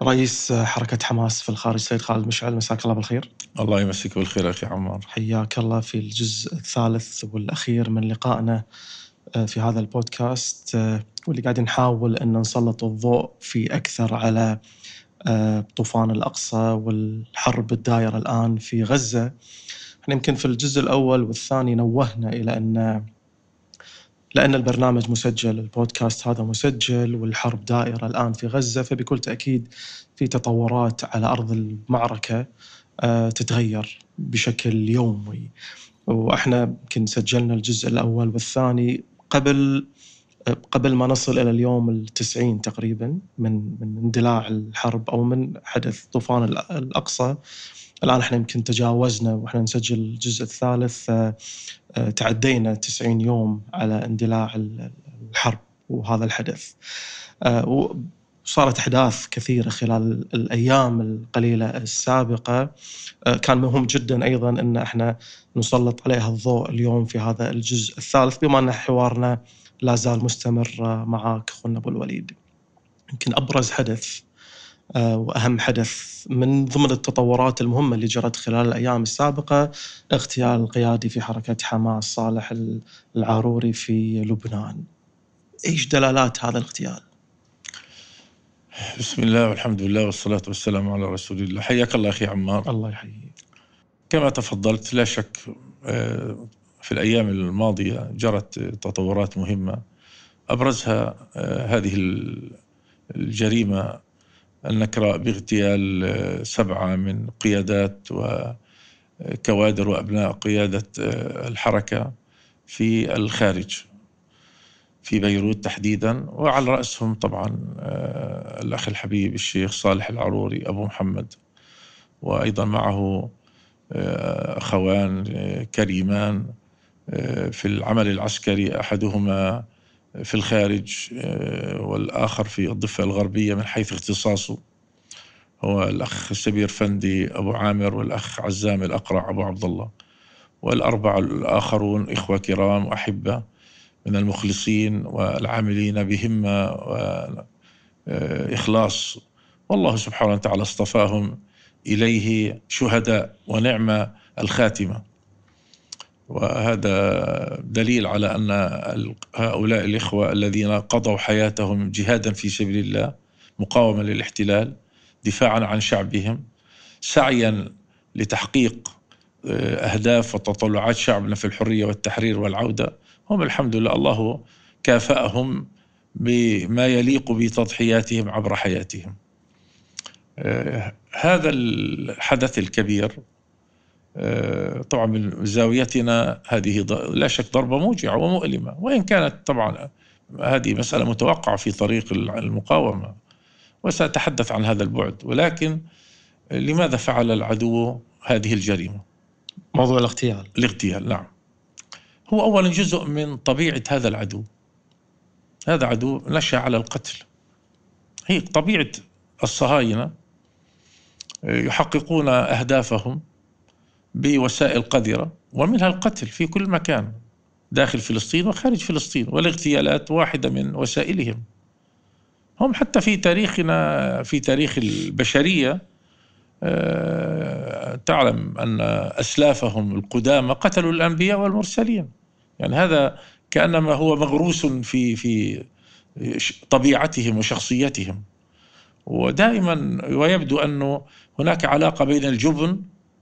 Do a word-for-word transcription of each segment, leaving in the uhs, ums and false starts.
رئيس حركة حماس في الخارج سيد خالد مشعل، مساك الله بالخير. الله يمسك بالخير أخي عمار. حياك الله في الجزء الثالث والأخير من لقائنا في هذا البودكاست، واللي قاعد نحاول أن نسلط الضوء في أكثر على طوفان الأقصى والحرب الدائرة الآن في غزة. احنا يمكن في الجزء الأول والثاني نوهنا إلى أن لأن البرنامج مسجل، البودكاست هذا مسجل، والحرب دائرة الآن في غزة، فبكل تأكيد في تطورات على أرض المعركة تتغير بشكل يومي. وإحنا يمكن سجلنا الجزء الأول والثاني قبل قبل ما نصل إلى اليوم التسعين تقريبا من من اندلاع الحرب أو من حدث طوفان الأقصى. الآن إحنا يمكن تجاوزنا وإحنا نسجل الجزء الثالث، تعدينا تسعين يوم على اندلاع الحرب وهذا الحدث. وصارت أحداث كثيرة خلال الأيام القليلة السابقة، كان مهم جدا أيضا أن احنا نسلط عليها الضوء اليوم في هذا الجزء الثالث، بما أن حوارنا لا زال مستمر معك أخونا أبو الوليد. يمكن أبرز حدث وأهم حدث من ضمن التطورات المهمة اللي جرت خلال الأيام السابقة اغتيال القيادي في حركة حماس صالح العاروري في لبنان. إيش دلالات هذا الاغتيال؟ بسم الله والحمد لله والصلاة والسلام على رسول الله. حياك الله أخي عمار. الله يحييك. كما تفضلت، لا شك في الأيام الماضية جرت تطورات مهمة، أبرزها هذه الجريمة النكراء باغتيال سبعة من قيادات وكوادر وأبناء قيادة الحركة في الخارج في بيروت تحديدا، وعلى رأسهم طبعا الأخ الحبيب الشيخ صالح العاروري أبو محمد، وأيضا معه أخوان كريمان في العمل العسكري، أحدهما في الخارج والآخر في الضفة الغربية من حيث اختصاصه، هو الأخ سبير فندي أبو عامر والأخ عزام الأقرع أبو عبد الله، والأربعة الآخرون إخوة كرام وأحبة من المخلصين والعاملين بهمة وإخلاص، والله سبحانه وتعالى اصطفاهم إليه شهداء ونعمة الخاتمة. وهذا دليل على أن هؤلاء الإخوة الذين قضوا حياتهم جهادا في سبيل الله، مقاومة للاحتلال، دفاعا عن شعبهم، سعيا لتحقيق أهداف وتطلعات شعبنا في الحرية والتحرير والعودة، هم الحمد لله الله كافأهم بما يليق بتضحياتهم عبر حياتهم. هذا الحدث الكبير طبعا من زاويتنا هذه لا شك ضربة موجعة ومؤلمة، وإن كانت طبعا هذه مسألة متوقعة في طريق المقاومة، وسأتحدث عن هذا البعد. ولكن لماذا فعل العدو هذه الجريمة؟ موضوع الاغتيال. الاغتيال نعم، هو أولا جزء من طبيعة هذا العدو. هذا عدو نشأ على القتل، هي طبيعة الصهاينة، يحققون أهدافهم بوسائل قذرة، ومنها القتل في كل مكان داخل فلسطين وخارج فلسطين، والاغتيالات واحدة من وسائلهم. هم حتى في تاريخنا، في تاريخ البشرية، تعلم أن أسلافهم القدامى قتلوا الأنبياء والمرسلين، يعني هذا كأنما هو مغروس في في طبيعتهم وشخصيتهم. ودائما ويبدو أنه هناك علاقة بين الجبن،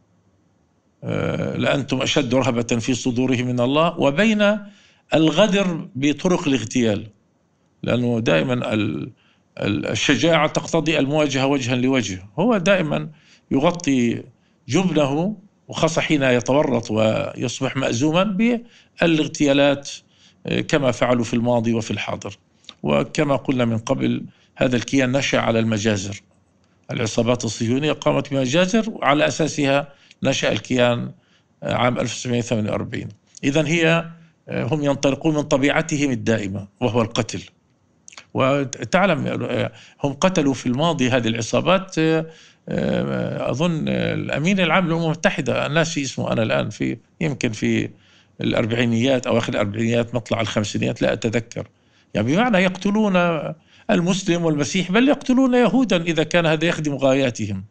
لأنتم أشد رهبة في صدورهم من الله، وبين الغدر بطرق الاغتيال، لأنه دائما الشجاعة تقتضي المواجهة وجها لوجه. هو دائما يغطي جبنه، وخاصة حين يتورط ويصبح مأزوما بالاغتيالات كما فعلوا في الماضي وفي الحاضر. وكما قلنا من قبل، هذا الكيان نشأ على المجازر، العصابات الصهيونية قامت بمجازر وعلى أساسها نشأ الكيان عام ألف وتسعمائة وثمانية وأربعين. إذن هي هم ينطلقون من طبيعتهم الدائمة وهو القتل. وتعلم هم قتلوا في الماضي هذه العصابات، أظن الأمين العام للأمم المتحدة، الناس اسمه أنا الآن في يمكن في الأربعينيات أو آخر الأربعينيات مطلع الخمسينيات لا أتذكر، يعني بمعنى يقتلون المسلم والمسيح، بل يقتلون يهودا إذا كان هذا يخدم غاياتهم.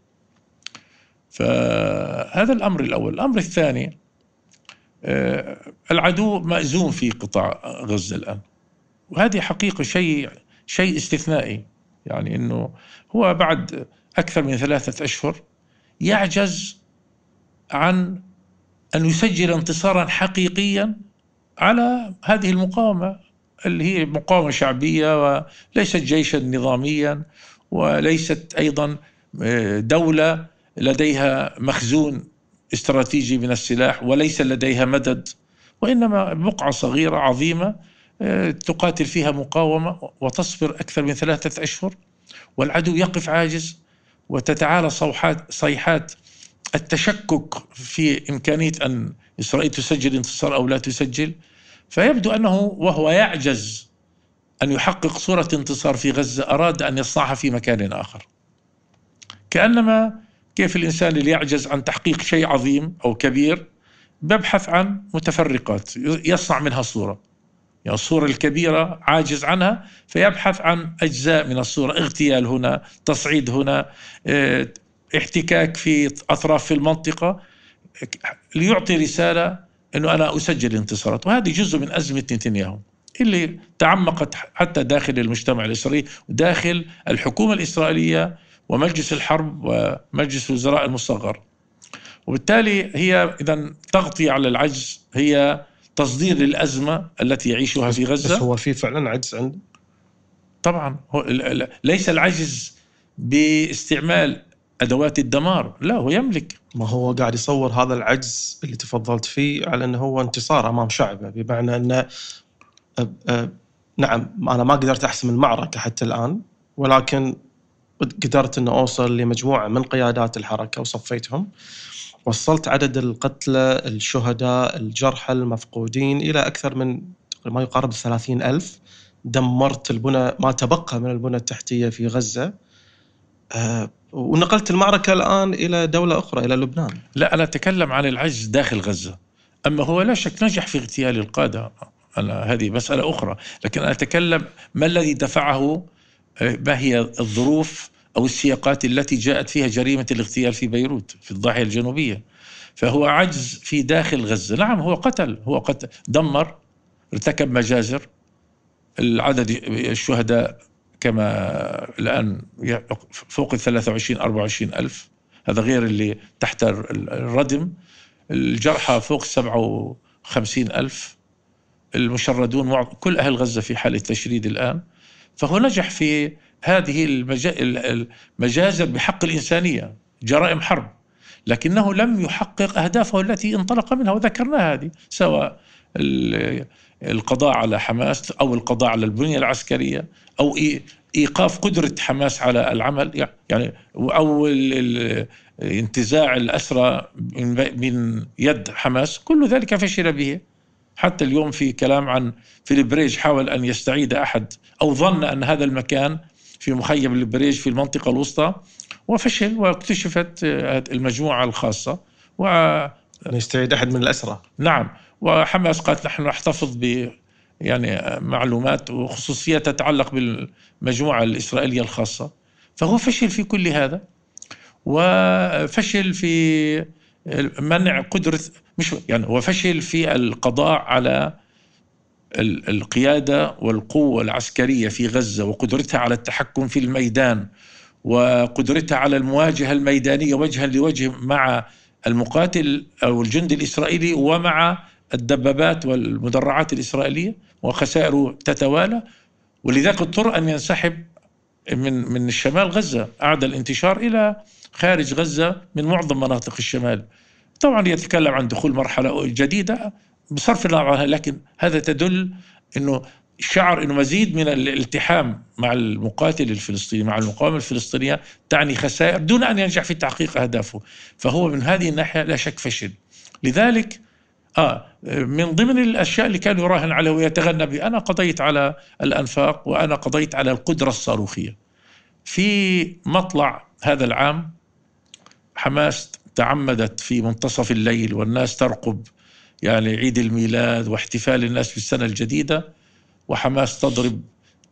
فهذا الأمر الأول. الأمر الثاني، العدو مأزوم في قطاع غزة الآن، وهذه حقيقة شيء شيء استثنائي. يعني إنه هو بعد أكثر من ثلاثة أشهر يعجز عن أن يسجل انتصارا حقيقيا على هذه المقاومة اللي هي مقاومة شعبية، وليست جيشا نظاميا، وليست أيضا دولة لديها مخزون استراتيجي من السلاح، وليس لديها مدد، وإنما بقعة صغيرة عظيمة تقاتل فيها مقاومة وتصبر أكثر من ثلاثة أشهر، والعدو يقف عاجز، وتتعالى صوحات صيحات التشكك في إمكانية أن إسرائيل تسجل انتصار أو لا تسجل. فيبدو أنه وهو يعجز أن يحقق صورة انتصار في غزة أراد أن يصنعها في مكان آخر، كأنما كيف الإنسان اللي يعجز عن تحقيق شيء عظيم أو كبير ببحث عن متفرقات يصنع منها صورة. يعني الصورة الكبيرة عاجز عنها فيبحث عن أجزاء من الصورة، اغتيال هنا، تصعيد هنا، احتكاك في أطراف في المنطقة، ليعطي رسالة أنه أنا أسجل انتصارات. وهذه جزء من أزمة نتنياهو اللي تعمقت حتى داخل المجتمع الإسرائيلي وداخل الحكومة الإسرائيلية ومجلس الحرب ومجلس الوزراء المصغر. وبالتالي هي إذن تغطي على العجز، هي تصدير للأزمة التي يعيشها في غزة. بس هو في فعلا عجز عنده طبعا. هو ليس العجز باستعمال أدوات الدمار، لا، هو يملك. ما هو قاعد يصور هذا العجز اللي تفضلت فيه على أنه هو انتصار أمام شعبه، بمعنى أنه أب أب نعم أنا ما قدرت أحسم المعركة حتى الآن، ولكن قدرت أن أوصل لمجموعة من قيادات الحركة وصفيتهم، وصلت عدد القتلى، الشهداء، الجرحى، المفقودين إلى أكثر من ما يقارب ثلاثين ألف. دمرت البنى، ما تبقى من البنى التحتية في غزة، أه ونقلت المعركة الآن إلى دولة أخرى، إلى لبنان. لا، أنا أتكلم عن العجز داخل غزة. أما هو لا شك نجح في اغتيال القادة، أنا هذه مسألة أخرى، لكن أنا أتكلم ما الذي دفعه، ما هي الظروف أو السياقات التي جاءت فيها جريمة الاغتيال في بيروت في الضاحية الجنوبية. فهو عجز في داخل غزة. نعم هو قتل، هو قتل، دمر، ارتكب مجازر. العدد الشهداء كما الآن فوق الثلاثة وعشرين أربعة وعشرين ألف، هذا غير اللي تحت الردم. الجرحى فوق سبعة وخمسين ألف. المشردون، كل أهل غزة في حالة تشريد الآن. فهو نجح في هذه المجازر بحق الإنسانية، جرائم حرب، لكنه لم يحقق أهدافه التي انطلق منها، وذكرنا هذه، سواء القضاء على حماس أو القضاء على البنية العسكرية أو إيقاف قدرة حماس على العمل، يعني أو انتزاع الأسرى من يد حماس. كل ذلك فشل به. حتى اليوم في كلام عن في البريج، حاول أن يستعيد أحد أو ظن أن هذا المكان في مخيم البريج في المنطقة الوسطى، وفشل، واكتشفت المجموعة الخاصة و يستعيد أحد من الأسرى. نعم. وحماس قالت نحن نحتفظ ب يعني معلومات وخصوصية تتعلق بالمجموعة الإسرائيلية الخاصة. فهو فشل في كل هذا، وفشل في منع قدرة، مش يعني هو فشل في القضاء على القيادة والقوة العسكرية في غزة، وقدرتها على التحكم في الميدان، وقدرتها على المواجهة الميدانية وجها لوجه مع المقاتل أو الجند الإسرائيلي ومع الدبابات والمدرعات الإسرائيلية، وخسائره تتوالى. ولذلك اضطر أن ينسحب من من الشمال غزة، أعاد الانتشار إلى خارج غزة من معظم مناطق الشمال. طبعا يتكلم عن دخول مرحلة جديدة بصرف النظر عنها، لكن هذا تدل أنه شعر أنه مزيد من الالتحام مع المقاتل الفلسطيني، مع المقاومة الفلسطينية، تعني خسائر دون أن ينجح في تحقيق أهدافه. فهو من هذه الناحية لا شك فشل. لذلك آه من ضمن الأشياء اللي كان يراهن عليه ويتغنى به، أنا قضيت على الأنفاق وأنا قضيت على القدرة الصاروخية. في مطلع هذا العام حماس تعمدت في منتصف الليل والناس ترقب يعني عيد الميلاد واحتفال الناس بالسنة الجديدة، وحماس تضرب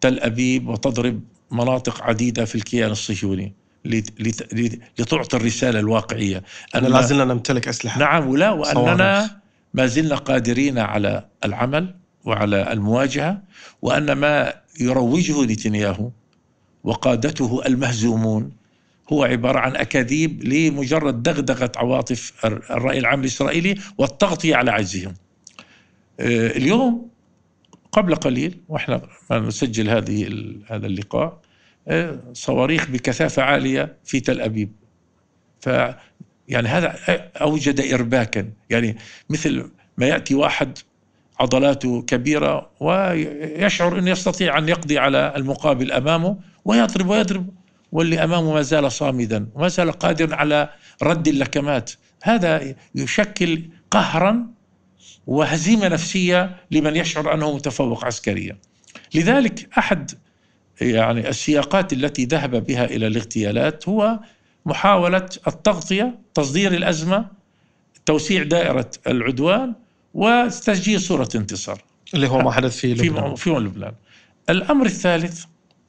تل أبيب وتضرب مناطق عديدة في الكيان الصهيوني لتعطي الرسالة الواقعية أن لا زلنا نمتلك أسلحة. نعم، ولا وأننا ما زلنا قادرين على العمل وعلى المواجهة، وأن ما يروجه نتنياهو وقادته المهزومون هو عبارة عن أكاذيب لمجرد دغدغة عواطف الرأي العام الإسرائيلي والتغطية على عجزهم. اليوم قبل قليل وإحنا نسجل هذه هذا اللقاء صواريخ بكثافة عالية في تل أبيب، ف يعني هذا أوجد إرباكا، يعني مثل ما يأتي واحد عضلاته كبيرة ويشعر أنه يستطيع أن يقضي على المقابل أمامه ويضرب ويضرب، واللي أمامه ما زال صامدا وما زال قادر على رد اللكمات. هذا يشكل قهرا وهزيمة نفسية لمن يشعر أنه متفوق عسكريا. لذلك أحد يعني السياقات التي ذهب بها إلى الاغتيالات هو محاولة التغطية، تصدير الأزمة، توسيع دائرة العدوان، وتسجيل صورة انتصار، اللي هو ما حدث في لبنان. في لبنان. الأمر الثالث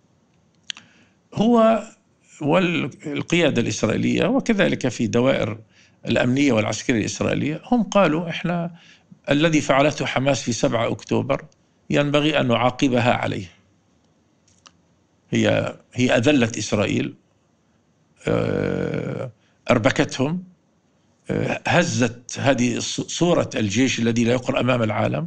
هو والقيادة الإسرائيلية وكذلك في دوائر الأمنية والعسكرية الإسرائيلية هم قالوا إحنا الذي فعلته حماس في سبعة أكتوبر ينبغي أن نعاقبها عليه. هي هي أذلت إسرائيل، أربكتهم، هزت هذه صورة الجيش الذي لا يقر أمام العالم،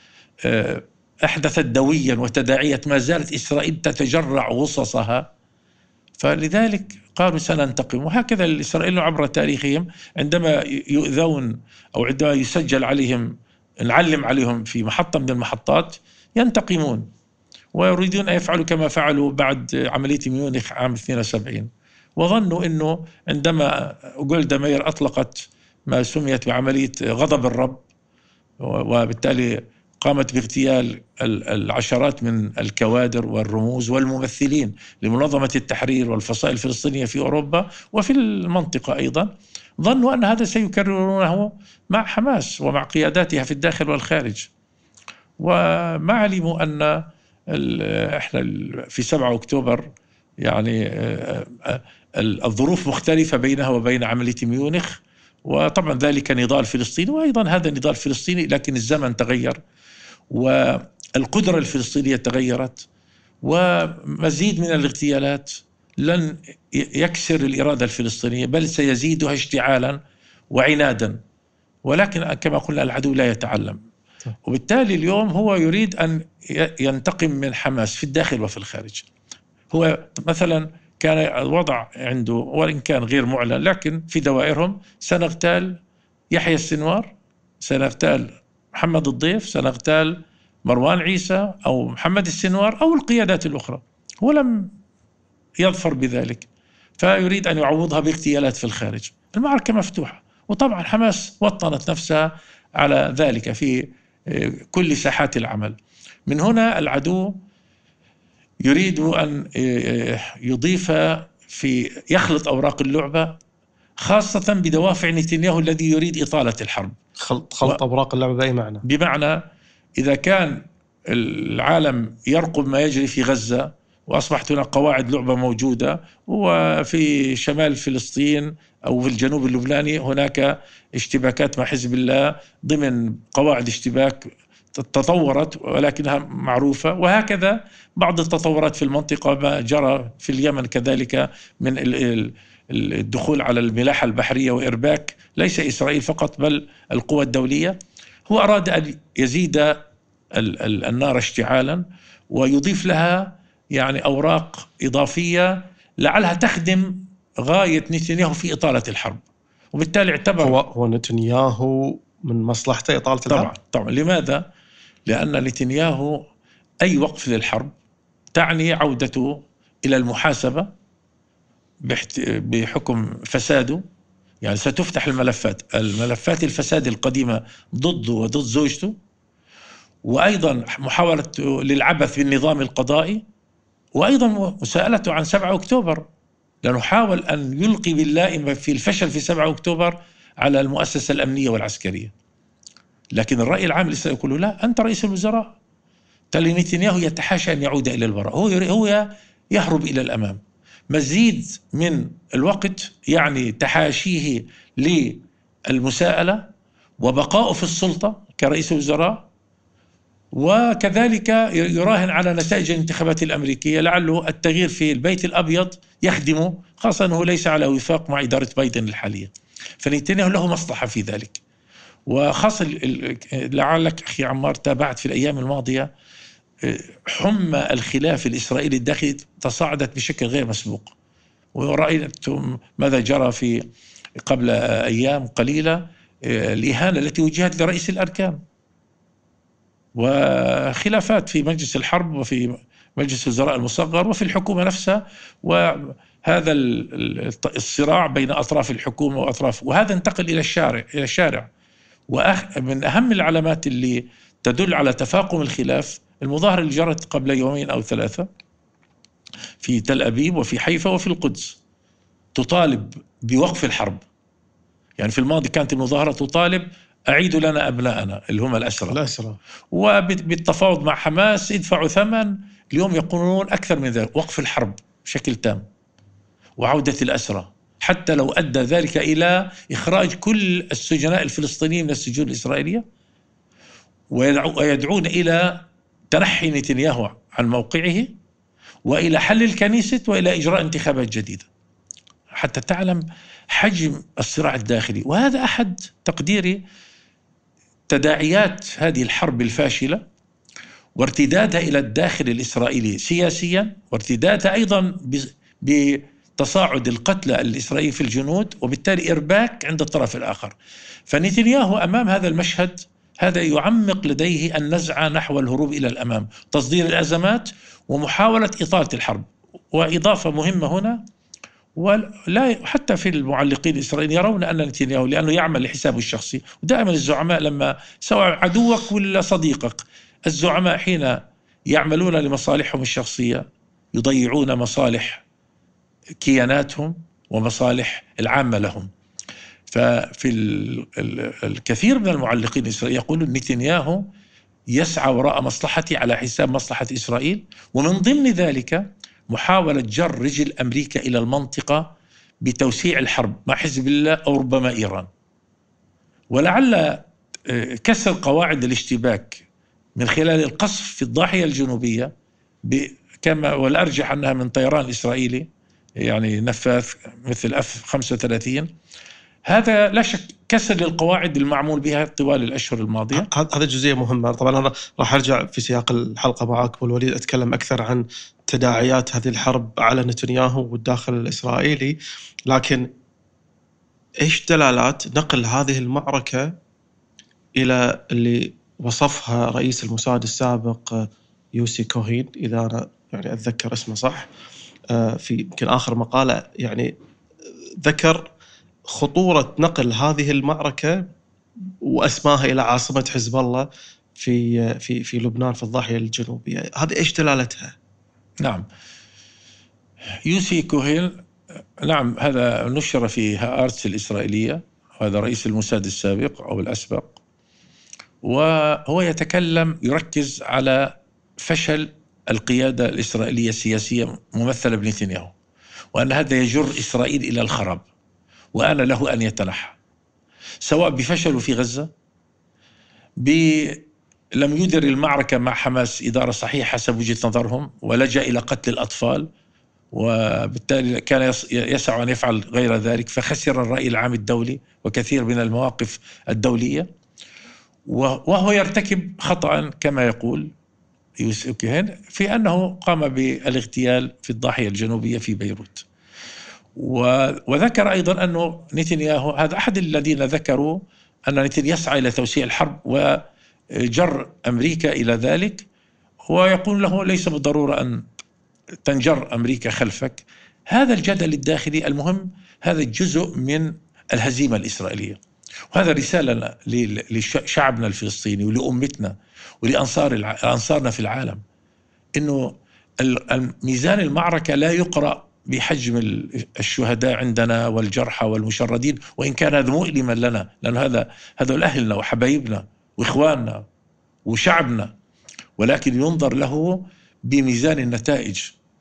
أحدثت دويا وتداعية ما زالت إسرائيل تتجرع غصصها. فلذلك قالوا سننتقم. وهكذا الإسرائيليون عبر تاريخهم عندما يؤذون أو عندما يسجل عليهم، نعلم عليهم في محطة من المحطات، ينتقمون ويريدون أن يفعلوا كما فعلوا بعد عملية ميونخ عام اثنين وسبعين. وظنوا أنه عندما جولدا ماير أطلقت ما سميت بعملية غضب الرب، وبالتالي قامت باغتيال العشرات من الكوادر والرموز والممثلين لمنظمة التحرير والفصائل الفلسطينية في أوروبا وفي المنطقة أيضا، ظنوا أن هذا سيكررونه مع حماس ومع قياداتها في الداخل والخارج. وما علموا أن إحنا في سبعة أكتوبر يعني الظروف مختلفة بينها وبين عملية ميونخ، وطبعا ذلك نضال فلسطيني وأيضا هذا نضال فلسطيني، لكن الزمن تغير والقدرة الفلسطينية تغيرت، ومزيد من الاغتيالات لن يكسر الإرادة الفلسطينية بل سيزيدها اشتعالا وعنادا. ولكن كما قلنا العدو لا يتعلم، وبالتالي اليوم هو يريد أن ينتقم من حماس في الداخل وفي الخارج. هو مثلا كان الوضع عنده وإن كان غير معلن لكن في دوائرهم سنغتال يحيى السنوار، سنغتال محمد الضيف، سنغتال مروان عيسى أو محمد السنوار أو القيادات الأخرى. ولم يظفر بذلك فيريد أن يعوضها باغتيالات في الخارج. المعركة مفتوحة، وطبعا حماس وطنت نفسها على ذلك في كل ساحات العمل. من هنا العدو يريد أن يضيف في يخلط أوراق اللعبة، خاصة بدوافع نتنياهو الذي يريد إطالة الحرب. خلط, خلط و... أوراق اللعبة بأي معنى؟ بمعنى إذا كان العالم يرقب ما يجري في غزة وأصبحت هناك قواعد لعبة موجودة، وفي شمال فلسطين أو في الجنوب اللبناني هناك اشتباكات مع حزب الله ضمن قواعد اشتباك تطورت ولكنها معروفة، وهكذا بعض التطورات في المنطقة ما جرى في اليمن كذلك من الدخول على الملاحة البحرية وإرباك ليس إسرائيل فقط بل القوى الدولية. هو أراد أن يزيد النار اشتعالا ويضيف لها يعني أوراق إضافية لعلها تخدم غاية نتنياهو في إطالة الحرب، وبالتالي اعتبر هو, هو نتنياهو من مصلحته إطالة الحرب. طبعا طبعا. لماذا؟ لأن نتنياهو أي وقف للحرب تعني عودته إلى المحاسبة بحكم فساده. يعني ستفتح الملفات الملفات الفساد القديمة ضده وضد زوجته، وأيضا محاولة للعبث بالنظام القضائي، وأيضا مساءلته عن سبعة أكتوبر، لأنه حاول أن يلقي باللائم في الفشل في سبعة أكتوبر على المؤسسة الأمنية والعسكرية. لكن الرأي العام الإسرائيلي يقول لا، أنت رئيس الوزراء، تالي نتنياهو يتحاشى أن يعود إلى الوراء، هو هو يهرب إلى الأمام. مزيد من الوقت يعني تحاشيه للمساءلة وبقائه في السلطة كرئيس وزراء، وكذلك يراهن على نتائج الانتخابات الأمريكية، لعله التغيير في البيت الأبيض يخدمه، خاصة أنه ليس على وفاق مع إدارة بايدن الحالية، فنتنياهو له مصلحة في ذلك. وخاصة لعلك أخي عمار تابعت في الأيام الماضية حمى الخلاف الإسرائيلي الداخلي تصاعدت بشكل غير مسبوق، ورأيتم ماذا جرى في قبل أيام قليلة، الإهانة التي وجهت لرئيس الأركان، وخلافات في مجلس الحرب وفي مجلس الوزراء المصغر وفي الحكومة نفسها، وهذا الصراع بين أطراف الحكومة وأطراف، وهذا انتقل إلى الشارع إلى الشارع ومن أهم العلامات اللي تدل على تفاقم الخلاف المظاهرة اللي جرت قبل يومين أو ثلاثة في تل أبيب وفي حيفا وفي القدس تطالب بوقف الحرب. يعني في الماضي كانت المظاهرة تطالب أعيدوا لنا أبناءنا اللي هم الأسرى الأسرى، وبالتفاوض مع حماس ادفعوا ثمن. اليوم يقولون أكثر من ذلك، وقف الحرب بشكل تام وعودة الأسرى، حتى لو أدى ذلك إلى إخراج كل السجناء الفلسطينيين من السجون الإسرائيلية، ويدعون إلى تنحي نتنياهو عن موقعه وإلى حل الكنيسة وإلى إجراء انتخابات جديدة، حتى تعلم حجم الصراع الداخلي. وهذا أحد تقديري تداعيات هذه الحرب الفاشلة وارتدادها إلى الداخل الإسرائيلي سياسيا، وارتدادها أيضا بتصاعد القتلى الإسرائيلي في الجنود، وبالتالي إرباك عند الطرف الآخر. فنتنياهو أمام هذا المشهد هذا يعمق لديه النزعة نحو الهروب إلى الأمام، تصدير الأزمات ومحاولة إطالة الحرب. وإضافة مهمة هنا، ولا حتى في المعلقين الإسرائيليين يرون أن نتنياهو لأنه يعمل لحسابه الشخصي، ودائما الزعماء لما سواء عدوك ولا صديقك، الزعماء حين يعملون لمصالحهم الشخصية يضيعون مصالح كياناتهم ومصالح العامة لهم. ففي الكثير من المعلقين الإسرائيليين يقولون نتنياهو يسعى وراء مصلحته على حساب مصلحة إسرائيل، ومن ضمن ذلك محاولة جر رجل أمريكا إلى المنطقة بتوسيع الحرب مع حزب الله أو ربما إيران، ولعل كسر قواعد الاشتباك من خلال القصف في الضاحية الجنوبية كما والأرجح أنها من طيران إسرائيلي يعني نفاث مثل أف خمسة وثلاثين، هذا لا شك كسر للقواعد المعمول بها طوال الأشهر الماضية. هذا جزئية مهمة. طبعا أنا راح أرجع في سياق الحلقة معك والوليد أتكلم أكثر عن تداعيات هذه الحرب على نتنياهو والداخل الإسرائيلي، لكن إيش دلالات نقل هذه المعركة إلى اللي وصفها رئيس الموساد السابق يوسي كوهين، إذا أنا يعني أتذكر اسمه صح، في يمكن آخر مقالة يعني ذكر خطورة نقل هذه المعركة وأسماها إلى عاصمة حزب الله في في في لبنان في الضاحية الجنوبية. هذه إيش دلالتها؟ نعم، يوسي كوهين نعم هذا نشر في هآرتس الإسرائيلية، هذا رئيس الموساد السابق أو الأسبق، وهو يتكلم يركز على فشل القيادة الإسرائيلية السياسية ممثلة بنتنياهو، وأن هذا يجر إسرائيل إلى الخراب، وأنا له أن يتنحى، سواء بفشله في غزة، لم يدر المعركة مع حماس إدارة صحيحة حسب وجهة نظرهم ولجأ إلى قتل الأطفال، وبالتالي كان يسعى أن يفعل غير ذلك، فخسر الرأي العام الدولي وكثير من المواقف الدولية، وهو يرتكب خطأ كما يقول يوسف كوهين في أنه قام بالاغتيال في الضاحية الجنوبية في بيروت. وذكر أيضا أنه نتنياهو، هذا أحد الذين ذكروا أن نتنياهو يسعى إلى توسيع الحرب وجر أمريكا إلى ذلك، ويقول له ليس بالضرورة أن تنجر أمريكا خلفك. هذا الجدل الداخلي المهم، هذا جزء من الهزيمة الإسرائيلية، وهذا رسالة لشعبنا الفلسطيني ولأمتنا ولأنصار أنصارنا في العالم، إنه ميزان المعركة لا يقرأ بحجم الشهداء عندنا والجرحى والمشردين، وإن كان هذا مؤلما لنا، لأن هذا هذول أهلنا وحبايبنا وإخواننا وشعبنا، ولكن ينظر له بميزان النتائج.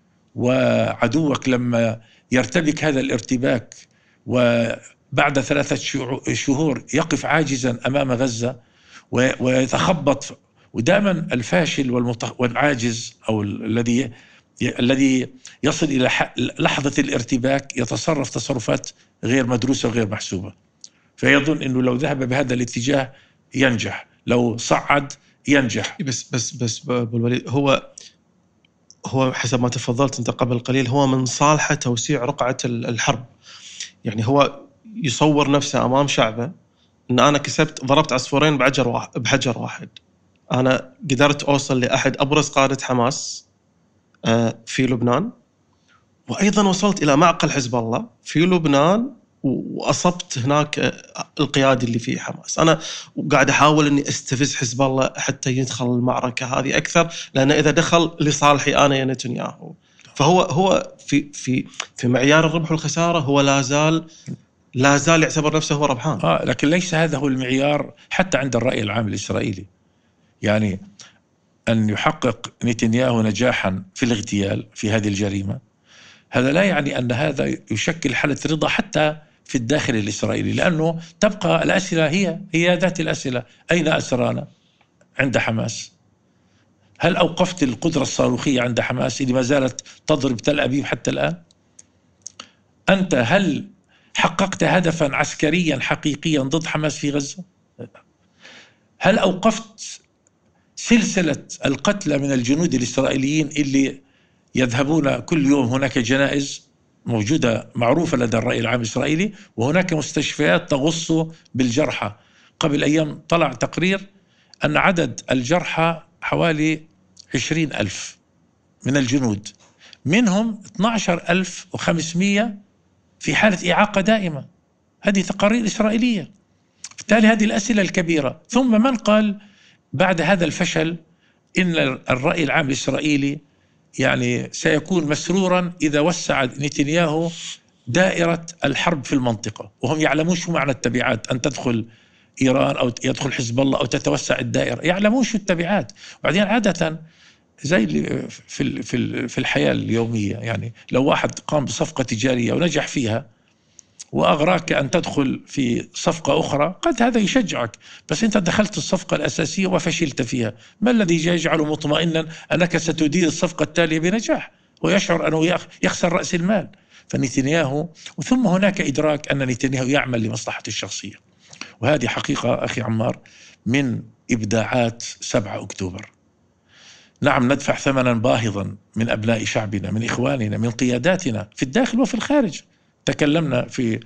وعدوك لما يرتبك هذا الارتباك وبعد ثلاثة شهور يقف عاجزا أمام غزة ويتخبط، ودائما الفاشل والعاجز أو الذي الذي يصل إلى لحظة الارتباك يتصرف تصرفات غير مدروسة وغير محسوبة، فيظن أنه لو ذهب بهذا الاتجاه ينجح، لو صعد ينجح. بس بس بس أبو الوليد، هو هو حسب ما تفضلت أنت قبل قليل، هو من صالحه توسيع رقعة الحرب. يعني هو يصور نفسه أمام شعبه أن أنا كسبت، ضربت عصفورين بحجر واحد بحجر واحد. أنا قدرت أوصل لأحد أبرز قادة حماس في لبنان، وأيضا وصلت إلى معقل حزب الله في لبنان، وأصبت هناك القيادي اللي فيه حماس. أنا قاعد أحاول أني أستفز حزب الله حتى يدخل المعركة هذه أكثر، لأن إذا دخل لصالحي أنا يا نتنياهو. فهو هو في في في معيار الربح والخسارة هو لا زال لا زال يعتبر نفسه هو ربحان. آه لكن ليس هذا هو المعيار حتى عند الرأي العام الإسرائيلي. يعني أن يحقق نتنياهو نجاحا في الاغتيال في هذه الجريمة، هذا لا يعني أن هذا يشكل حالة رضا حتى في الداخل الإسرائيلي، لأنه تبقى الأسئلة هي هي ذات الأسئلة: أين أسرانا عند حماس؟ هل أوقفت القدرة الصاروخية عند حماس اللي ما زالت تضرب تل أبيب حتى الآن؟ أنت هل حققت هدفا عسكريا حقيقيا ضد حماس في غزة؟ هل أوقفت سلسلة القتلى من الجنود الإسرائيليين اللي يذهبون كل يوم؟ هناك جنائز موجودة معروفة لدى الرأي العام الإسرائيلي، وهناك مستشفيات تغص بالجرحى. قبل أيام طلع تقرير أن عدد الجرحى حوالي عشرين ألف من الجنود، منهم اثني عشر ألف وخمسمئة في حالة إعاقة دائمة. هذه تقارير إسرائيلية. بالتالي هذه الأسئلة الكبيرة. ثم من قال بعد هذا الفشل إن الرأي العام الإسرائيلي يعني سيكون مسرورا إذا وسع نتنياهو دائرة الحرب في المنطقة، وهم يعلمون شو معنى التبعات أن تدخل إيران أو يدخل حزب الله أو تتوسع الدائرة، يعلمون شو التبعات. وبعدين عادة زي في في في الحياة اليومية، يعني لو واحد قام بصفقة تجارية ونجح فيها وأغراك أن تدخل في صفقة أخرى، قد هذا يشجعك، بس أنت دخلت الصفقة الأساسية وفشلت فيها، ما الذي يجعله مطمئنا أنك ستدير الصفقة التالية بنجاح؟ ويشعر أنه يخسر رأس المال. فنتنياهو، وثم هناك إدراك أن نتنياهو يعمل لمصلحة الشخصية، وهذه حقيقة أخي عمار من إبداعات سبعة أكتوبر. نعم، ندفع ثمنا باهظا من أبناء شعبنا، من إخواننا، من قياداتنا في الداخل وفي الخارج. تكلمنا في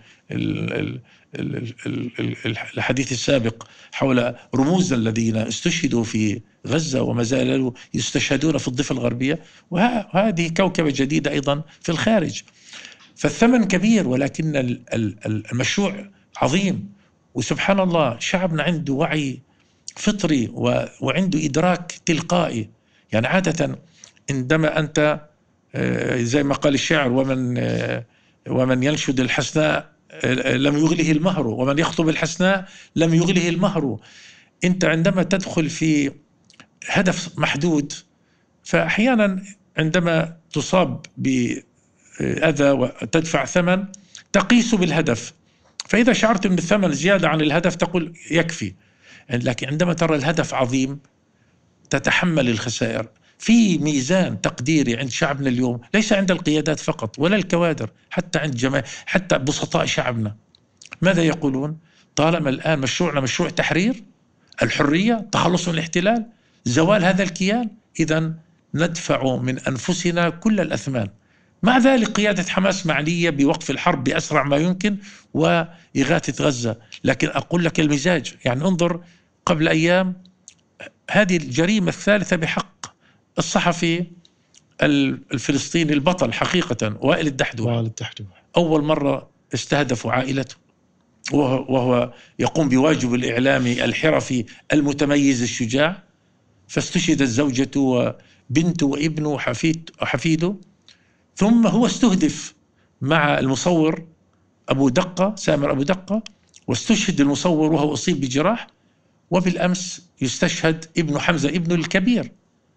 الحديث السابق حول رموز الذين استشهدوا في غزة وما زالوا يستشهدون في الضفة الغربية، وهذه كوكبة جديدة أيضا في الخارج. فالثمن كبير، ولكن المشروع عظيم. وسبحان الله شعبنا عنده وعي فطري وعنده إدراك تلقائي. يعني عادة عندما أنت زي ما قال الشاعر: ومن ومن ينشد الحسناء لم يغله المهر، ومن يخطب الحسناء لم يغله المهر. أنت عندما تدخل في هدف محدود، فأحيانا عندما تصاب بأذى وتدفع ثمن تقيس بالهدف، فإذا شعرت أن الثمن زيادة عن الهدف تقول يكفي. لكن عندما ترى الهدف عظيم تتحمل الخسائر. في ميزان تقديري عند شعبنا اليوم، ليس عند القيادات فقط ولا الكوادر، حتى عند جماعة، حتى بسطاء شعبنا. ماذا يقولون؟ طالما الآن مشروعنا مشروع تحرير، الحرية، تخلص من الاحتلال، زوال هذا الكيان، إذن ندفع من أنفسنا كل الأثمان. مع ذلك قيادة حماس معنية بوقف الحرب بأسرع ما يمكن وإغاثة غزة. لكن أقول لك المزاج، يعني انظر قبل أيام هذه الجريمة الثالثة بحق الصحفي الفلسطيني البطل حقيقة وائل الدحدوح. أول مرة استهدفوا عائلته وهو يقوم بواجب الإعلامي الحرفي المتميز الشجاع، فاستشهدت زوجته وبنته وابنه وحفيده. ثم هو استهدف مع المصور أبو دقة، سامر أبو دقة، واستشهد المصور وهو أصيب بجراح. وبالأمس يستشهد ابن حمزة ابنه الكبير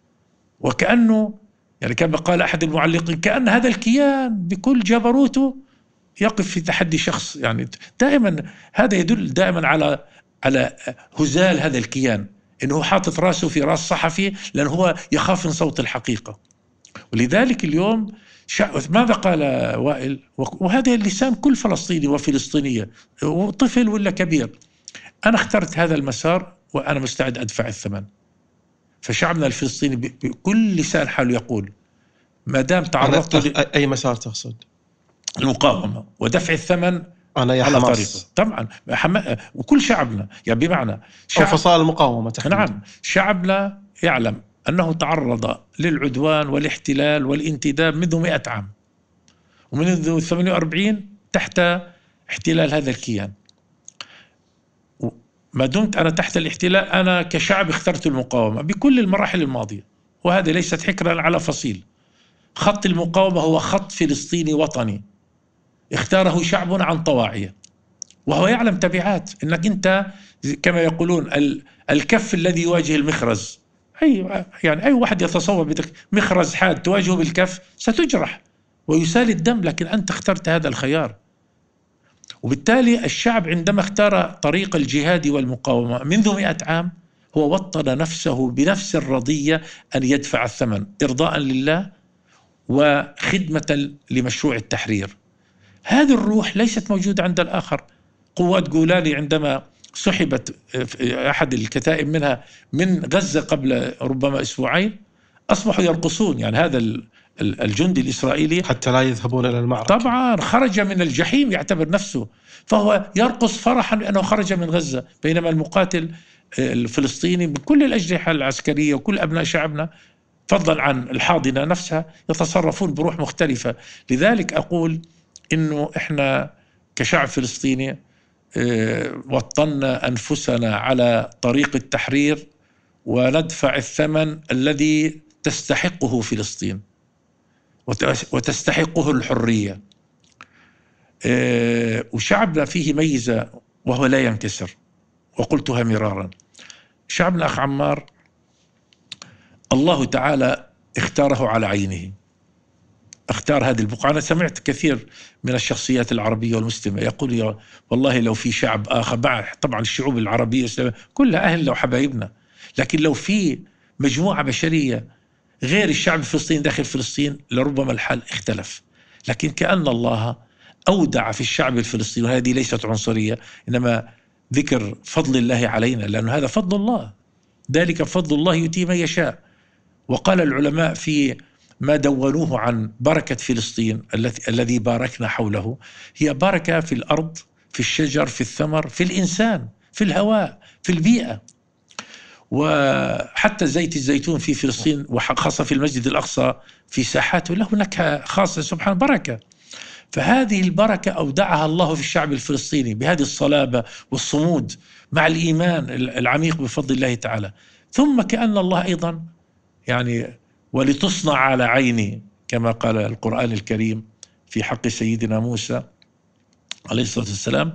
وكأنه يعني كما قال أحد المعلقين كأن هذا الكيان بكل جبروته يقف في تحدي شخص. يعني دائما هذا يدل دائما على على هزال هذا الكيان، إنه حاطط رأسه في رأس صحفي لأنه هو يخاف من صوت الحقيقة. ولذلك اليوم ماذا قال وائل؟ وهذا لسان كل فلسطيني وفلسطينية، طفل ولا كبير: أنا اخترت هذا المسار وأنا مستعد أدفع الثمن. فشعبنا الفلسطيني بكل لسان حاله يقول: ما دام تعرضت ل... أي مسار تقصد؟ المقاومة ودفع الثمن أنا يا على حماس. طريقه. طبعا حما... وكل شعبنا يعني بمعنى شعب... أو فصائل المقاومة تحديدا. نعم، شعبنا يعلم أنه تعرض للعدوان والاحتلال والانتداب منذ مئة عام، ومنذ ثمانية وأربعين تحت احتلال هذا الكيان. ما دمت أنا تحت الاحتلال، أنا كشعب اخترت المقاومة بكل المراحل الماضية، وهذه ليست حكرا على فصيل. خط المقاومة هو خط فلسطيني وطني اختاره شعبنا عن طواعية، وهو يعلم تبعات أنك أنت كما يقولون الكف الذي يواجه المخرز. أي يعني أي واحد يتصور بدك مخرز حاد تواجهه بالكف ستجرح ويسال الدم، لكن أنت اخترت هذا الخيار. وبالتالي الشعب عندما اختار طريق الجهاد والمقاومة منذ مئة عام هو وطن نفسه بنفس الرضية أن يدفع الثمن إرضاء لله وخدمة لمشروع التحرير. هذه الروح ليست موجودة عند الآخر. قوات جولاني عندما سحبت أحد الكتائب منها من غزة قبل ربما أسبوعين أصبحوا يرقصون. يعني هذا الجندي الإسرائيلي حتى لا يذهبون إلى المعركة طبعا خرج من الجحيم يعتبر نفسه، فهو يرقص فرحا لأنه خرج من غزة، بينما المقاتل الفلسطيني بكل الأجنحة العسكرية وكل أبناء شعبنا فضلا عن الحاضنة نفسها يتصرفون بروح مختلفة. لذلك أقول إنه إحنا كشعب فلسطيني وطنا أنفسنا على طريق التحرير وندفع الثمن الذي تستحقه فلسطين وتستحقه الحرية. وشعبنا فيه ميزة وهو لا ينكسر، وقلتها مرارا. شعبنا أخ عمار الله تعالى اختاره على عينه، اختار هذه البقعة. أنا سمعت كثير من الشخصيات العربية والمسلمة يقول يا والله لو في شعب آخر، طبعا الشعوب العربية كلها أهلنا وحبايبنا، لكن لو في مجموعة بشرية غير الشعب الفلسطيني داخل فلسطين لربما الحال اختلف. لكن كأن الله أودع في الشعب الفلسطيني، وهذه ليست عنصرية إنما ذكر فضل الله علينا، لأن هذا فضل الله، ذلك فضل الله يؤتيه من يشاء. وقال العلماء في ما دونوه عن بركة فلسطين الذي باركنا حوله، هي بركة في الأرض، في الشجر، في الثمر، في الإنسان، في الهواء، في البيئة. وحتى زيت الزيتون في فلسطين وخاصة في المسجد الأقصى في ساحاته له نكهة خاصة سبحان بركة. فهذه البركة أودعها الله في الشعب الفلسطيني بهذه الصلابة والصمود مع الإيمان العميق بفضل الله تعالى. ثم كأن الله أيضا يعني ولتصنع على عيني كما قال القرآن الكريم في حق سيدنا موسى عليه الصلاة والسلام.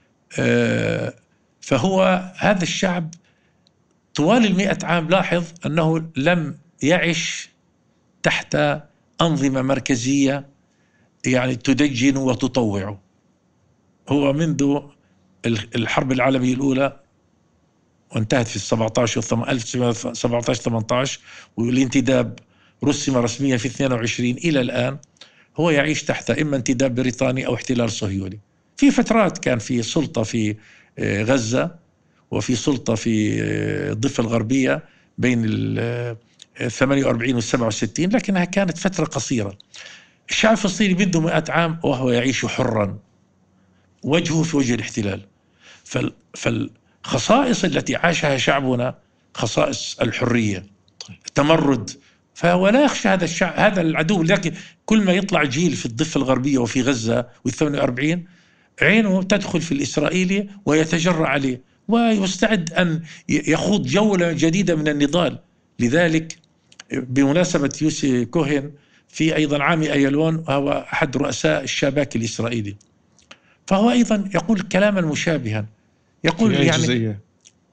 فهو هذا الشعب طوال المئة عام لاحظ أنه لم يعش تحت أنظمة مركزية يعني تدجن وتطوع. هو منذ الحرب العالمية الأولى وانتهت في السبعة عشر ألف وتسعمائة وسبعة عشر ثمانية عشر والانتداب رسم رسميا في اثنين وعشرين إلى الآن هو يعيش تحت إما انتداب بريطاني أو احتلال صهيوني. في فترات كان في سلطة في غزة وفي سلطة في الضفة الغربية بين ال ثمانية وأربعين وال سبعة وستين، لكنها كانت فترة قصيرة. الشعب الفلسطيني منذ مئة عام وهو يعيش حرا وجهه في وجه الاحتلال. فالخصائص التي عاشها شعبنا خصائص الحرية، التمرد، فهو لا يخشى هذا الشعب هذا العدو. لكن كل ما يطلع جيل في الضفة الغربية وفي غزة والثمانية وأربعين عينه تدخل في الإسرائيلي ويتجرأ عليه ويستعد أن يخوض جولة جديدة من النضال. لذلك بمناسبة يوسي كوهن في أيضا عام أيلون وهو أحد رؤساء الشباك الإسرائيلي، فهو أيضا يقول كلاما مشابها، يقول في أي يعني جزئية؟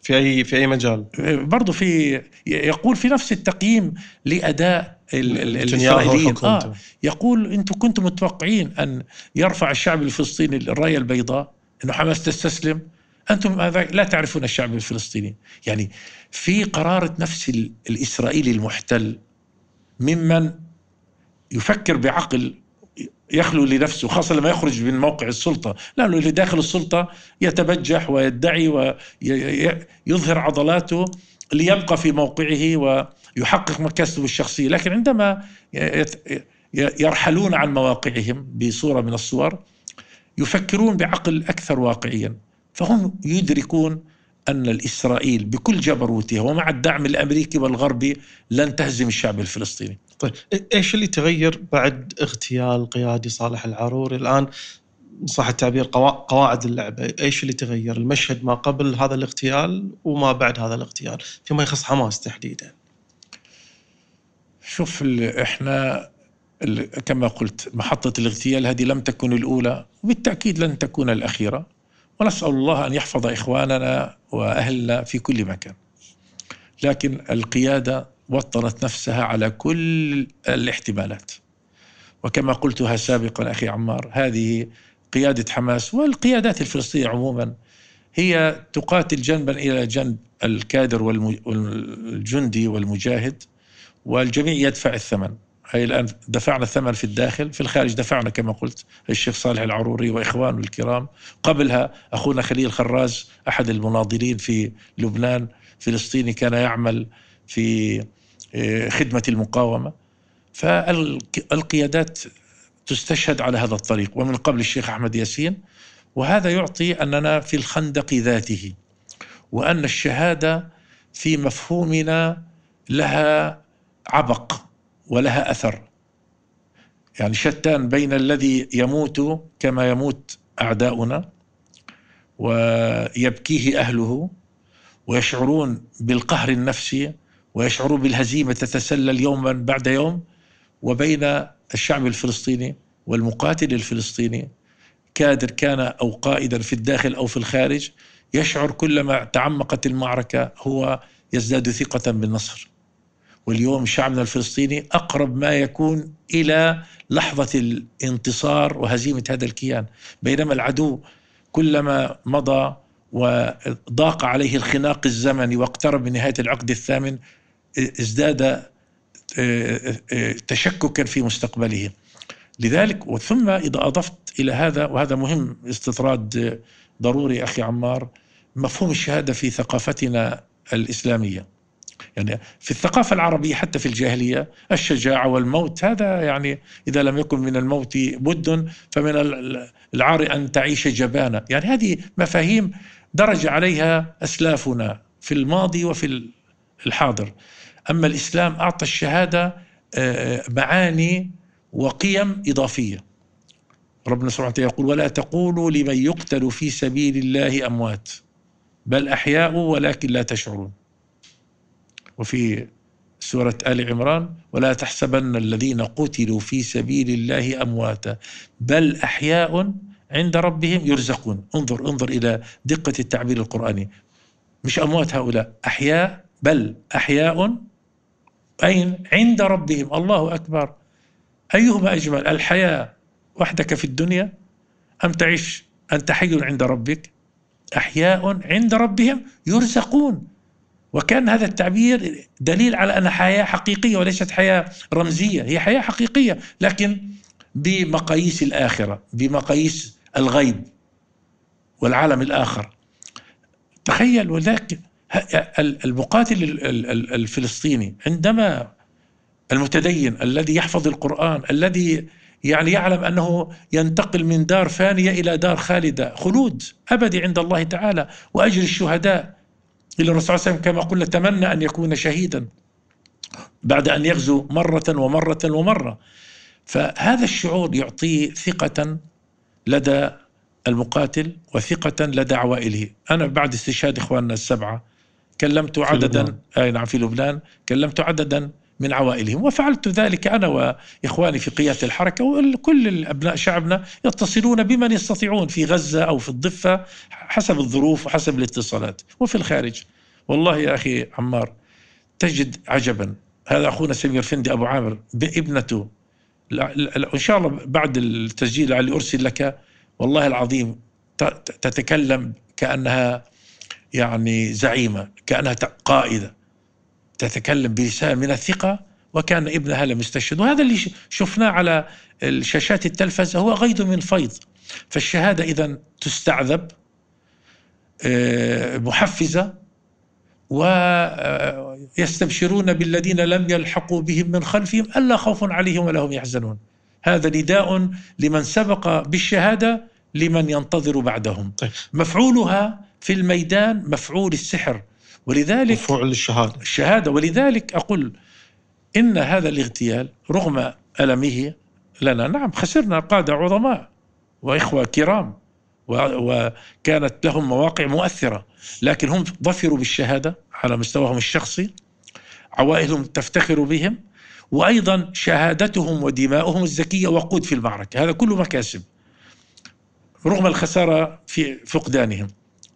في أي في أي مجال. برضو في يقول في نفس التقييم لأداء الإسرائيليين آه يقول أنتم كنتم متوقعين أن يرفع الشعب الفلسطيني الراية البيضاء، أنه حماس تستسلم، أنتم لا تعرفون الشعب الفلسطيني. يعني في قرارة نفس الإسرائيلي المحتل ممن يفكر بعقل يخلو لنفسه، خاصة لما يخرج من موقع السلطة، لأنه اللي داخل السلطة يتبجح ويدعي ويظهر عضلاته ليبقى في موقعه ويحقق مكاسبه الشخصية. لكن عندما يرحلون عن مواقعهم بصورة من الصور يفكرون بعقل أكثر واقعيا، فهم يدركون أن الإسرائيل بكل جبروتها ومع الدعم الأمريكي والغربي لن تهزم الشعب الفلسطيني. طيب إيش اللي تغير بعد اغتيال قيادي صالح العروري الآن صح التعبير قواعد اللعبة؟ إيش اللي تغير المشهد ما قبل هذا الاغتيال وما بعد هذا الاغتيال فيما يخص حماس تحديدا؟ شوف إحنا كما قلت محطة الاغتيال هذه لم تكن الأولى وبالتأكيد لن تكون الأخيرة، ونسأل الله أن يحفظ إخواننا وأهلنا في كل مكان. لكن القيادة وطنت نفسها على كل الاحتمالات، وكما قلتها سابقا أخي عمار، هذه قيادة حماس والقيادات الفلسطينية عموما هي تقاتل جنبا إلى جنب الكادر والجندي والمجاهد، والجميع يدفع الثمن. هي الآن دفعنا الثمن في الداخل، في الخارج دفعنا كما قلت الشيخ صالح العروري وإخوانه الكرام، قبلها أخونا خليل خراز أحد المناضلين في لبنان فلسطيني كان يعمل في خدمة المقاومة. فالقيادات تستشهد على هذا الطريق، ومن قبل الشيخ أحمد ياسين، وهذا يعطي أننا في الخندق ذاته، وأن الشهادة في مفهومنا لها عبق ولها أثر، يعني شتان بين الذي يموت كما يموت أعداؤنا ويبكيه أهله ويشعرون بالقهر النفسي ويشعرون بالهزيمة تتسلل يوما بعد يوم، وبين الشعب الفلسطيني والمقاتل الفلسطيني كادر كان أو قائدا في الداخل أو في الخارج يشعر كلما تعمقت المعركة هو يزداد ثقة بالنصر. واليوم شعبنا الفلسطيني أقرب ما يكون إلى لحظة الانتصار وهزيمة هذا الكيان، بينما العدو كلما مضى وضاق عليه الخناق الزمني واقترب من نهاية العقد الثامن ازداد تشككا في مستقبله. لذلك وثم إذا أضفت إلى هذا، وهذا مهم استطراد ضروري أخي عمار، مفهوم الشهادة في ثقافتنا الإسلامية. يعني في الثقافة العربية حتى في الجاهلية الشجاعة والموت هذا يعني إذا لم يكن من الموت بد فمن العار أن تعيش جبانا، يعني هذه مفاهيم درج عليها أسلافنا في الماضي وفي الحاضر. أما الإسلام أعطى الشهادة معاني وقيم إضافية. ربنا سبحانه وتعالى يقول: ولا تقولوا لمن يقتل في سبيل الله أموات بل أحياء ولكن لا تشعرون. وفي سورة آل عمران: ولا تحسبن الذين قتلوا في سبيل الله أمواتا بل أحياء عند ربهم يرزقون. انظر انظر إلى دقة التعبير القرآني، مش أموات هؤلاء، أحياء، بل أحياء أين؟ عند ربهم. الله أكبر، أيهما أجمل؟ الحياة وحدك في الدنيا أم تعيش أنت حي عند ربك؟ أحياء عند ربهم يرزقون. وكان هذا التعبير دليل على أن حياة حقيقية وليست حياة رمزية، هي حياة حقيقية لكن بمقاييس الآخرة، بمقاييس الغيب والعالم الآخر. تخيل، وذاك المقاتل الفلسطيني عندما المتدين الذي يحفظ القرآن الذي يعني يعلم أنه ينتقل من دار فانية إلى دار خالدة خلود أبدي عند الله تعالى وأجر الشهداء، إلى الرسول صلى الله عليه وسلم كما قلنا تمنى أن يكون شهيدا بعد أن يغزو مرة ومرة ومرة. فهذا الشعور يعطيه ثقة لدى المقاتل وثقة لدى عوائله. أنا بعد استشهاد إخواننا السبعة كلمت عددا آه نعم في لبنان كلمت عددا من عوائلهم، وفعلت ذلك أنا وإخواني في قيادة الحركة، وكل الأبناء شعبنا يتصلون بمن يستطيعون في غزة أو في الضفة حسب الظروف وحسب الاتصالات وفي الخارج. والله يا أخي عمار تجد عجبا. هذا أخونا سمير فندي أبو عامر بابنته، إن شاء الله بعد التسجيل اللي أرسل لك، والله العظيم تتكلم كأنها يعني زعيمة، كأنها قائدة، تتكلم بلسان من الثقة، وكان ابنها لم يستشهد. وهذا اللي شفناه على الشاشات التلفزة هو غيض من فيض. فالشهادة إذن تستعذب محفزة، ويستبشرون بالذين لم يلحقوا بهم من خلفهم ألا خوف عليهم ولا هم يحزنون. هذا نداء لمن سبق بالشهادة لمن ينتظر بعدهم. طيب. مفعولها في الميدان مفعول السحر، ولذلك مفعول الشهادة الشهادة. ولذلك أقول إن هذا الاغتيال رغم ألمه لنا، نعم خسرنا قادة عظماء وإخوة كرام وكانت لهم مواقع مؤثرة، لكن هم ظفروا بالشهادة على مستواهم الشخصي، عوائلهم تفتخر بهم، وأيضا شهادتهم ودماؤهم الزكية وقود في المعركة. هذا كله مكاسب رغم الخسارة في فقدانهم.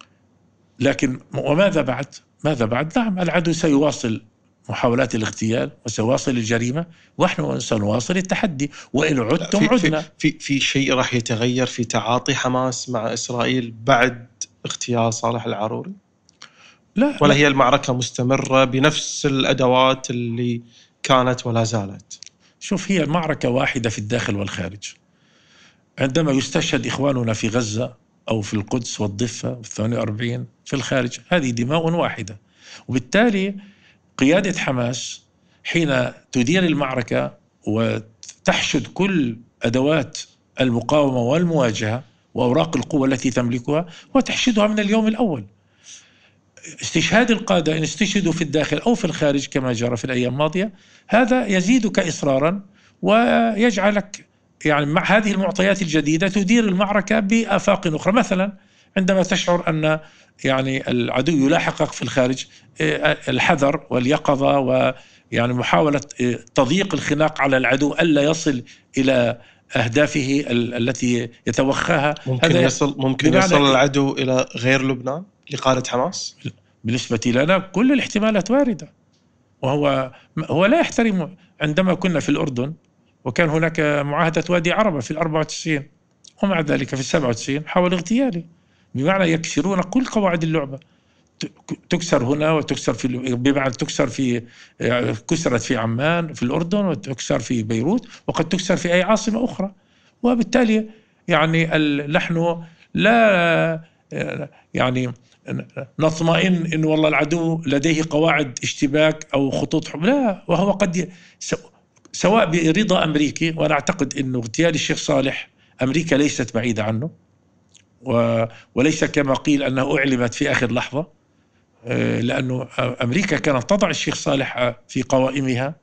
لكن وماذا بعد؟ ماذا بعد؟ نعم العدو سيواصل محاولات الاغتيال وسيواصل الجريمة، ونحن سنواصل التحدي، وإن عدتم عدنا. في, في, في شيء راح يتغير في تعاطي حماس مع إسرائيل بعد اغتيال صالح العاروري؟ لا، ولا لا. هي المعركة مستمرة بنفس الأدوات اللي كانت ولا زالت؟ شوف، هي المعركة واحدة في الداخل والخارج. عندما يستشهد إخواننا في غزة أو في القدس والضفة والثانية وأربعين في الخارج، هذه دماء واحدة. وبالتالي قيادة حماس حين تدير المعركة وتحشد كل أدوات المقاومة والمواجهة وأوراق القوة التي تملكها، وتحشدها من اليوم الأول. استشهاد القادة إن استشهدوا في الداخل أو في الخارج كما جرى في الأيام الماضية، هذا يزيدك إصرارا ويجعلك يعني مع هذه المعطيات الجديدة تدير المعركة بآفاق أخرى. مثلا عندما تشعر أن يعني العدو يلاحقك في الخارج، الحذر واليقظة ويعني محاولة تضييق الخناق على العدو ألا يصل إلى أهدافه التي يتوخاها. ممكن يصل ممكن يصل العدو إلى غير لبنان لقادة حماس؟ بالنسبة لنا كل الاحتمالات واردة، وهو هو لا يحترم. عندما كنا في الأردن وكان هناك معاهدة وادي عربة في الأربعة وتسعين، ومع ذلك في السبعة وتسعين حاول اغتيالي، بمعنى يكسرون كل قواعد اللعبة. تكسر هنا وتكسر في، بمعنى تكسر في، كسرت في عمان في الأردن، وتكسر في بيروت، وقد تكسر في أي عاصمة أخرى. وبالتالي يعني نحن لا يعني نطمئن إن والله العدو لديه قواعد اشتباك أو خطوط حب، لا، وهو قد سواء برضا أمريكي، وأنا أعتقد أن اغتيال الشيخ صالح أمريكا ليست بعيدة عنه، وليس كما قيل أنه أعلمت في آخر لحظة، لأنه أمريكا كانت تضع الشيخ صالح في قوائمها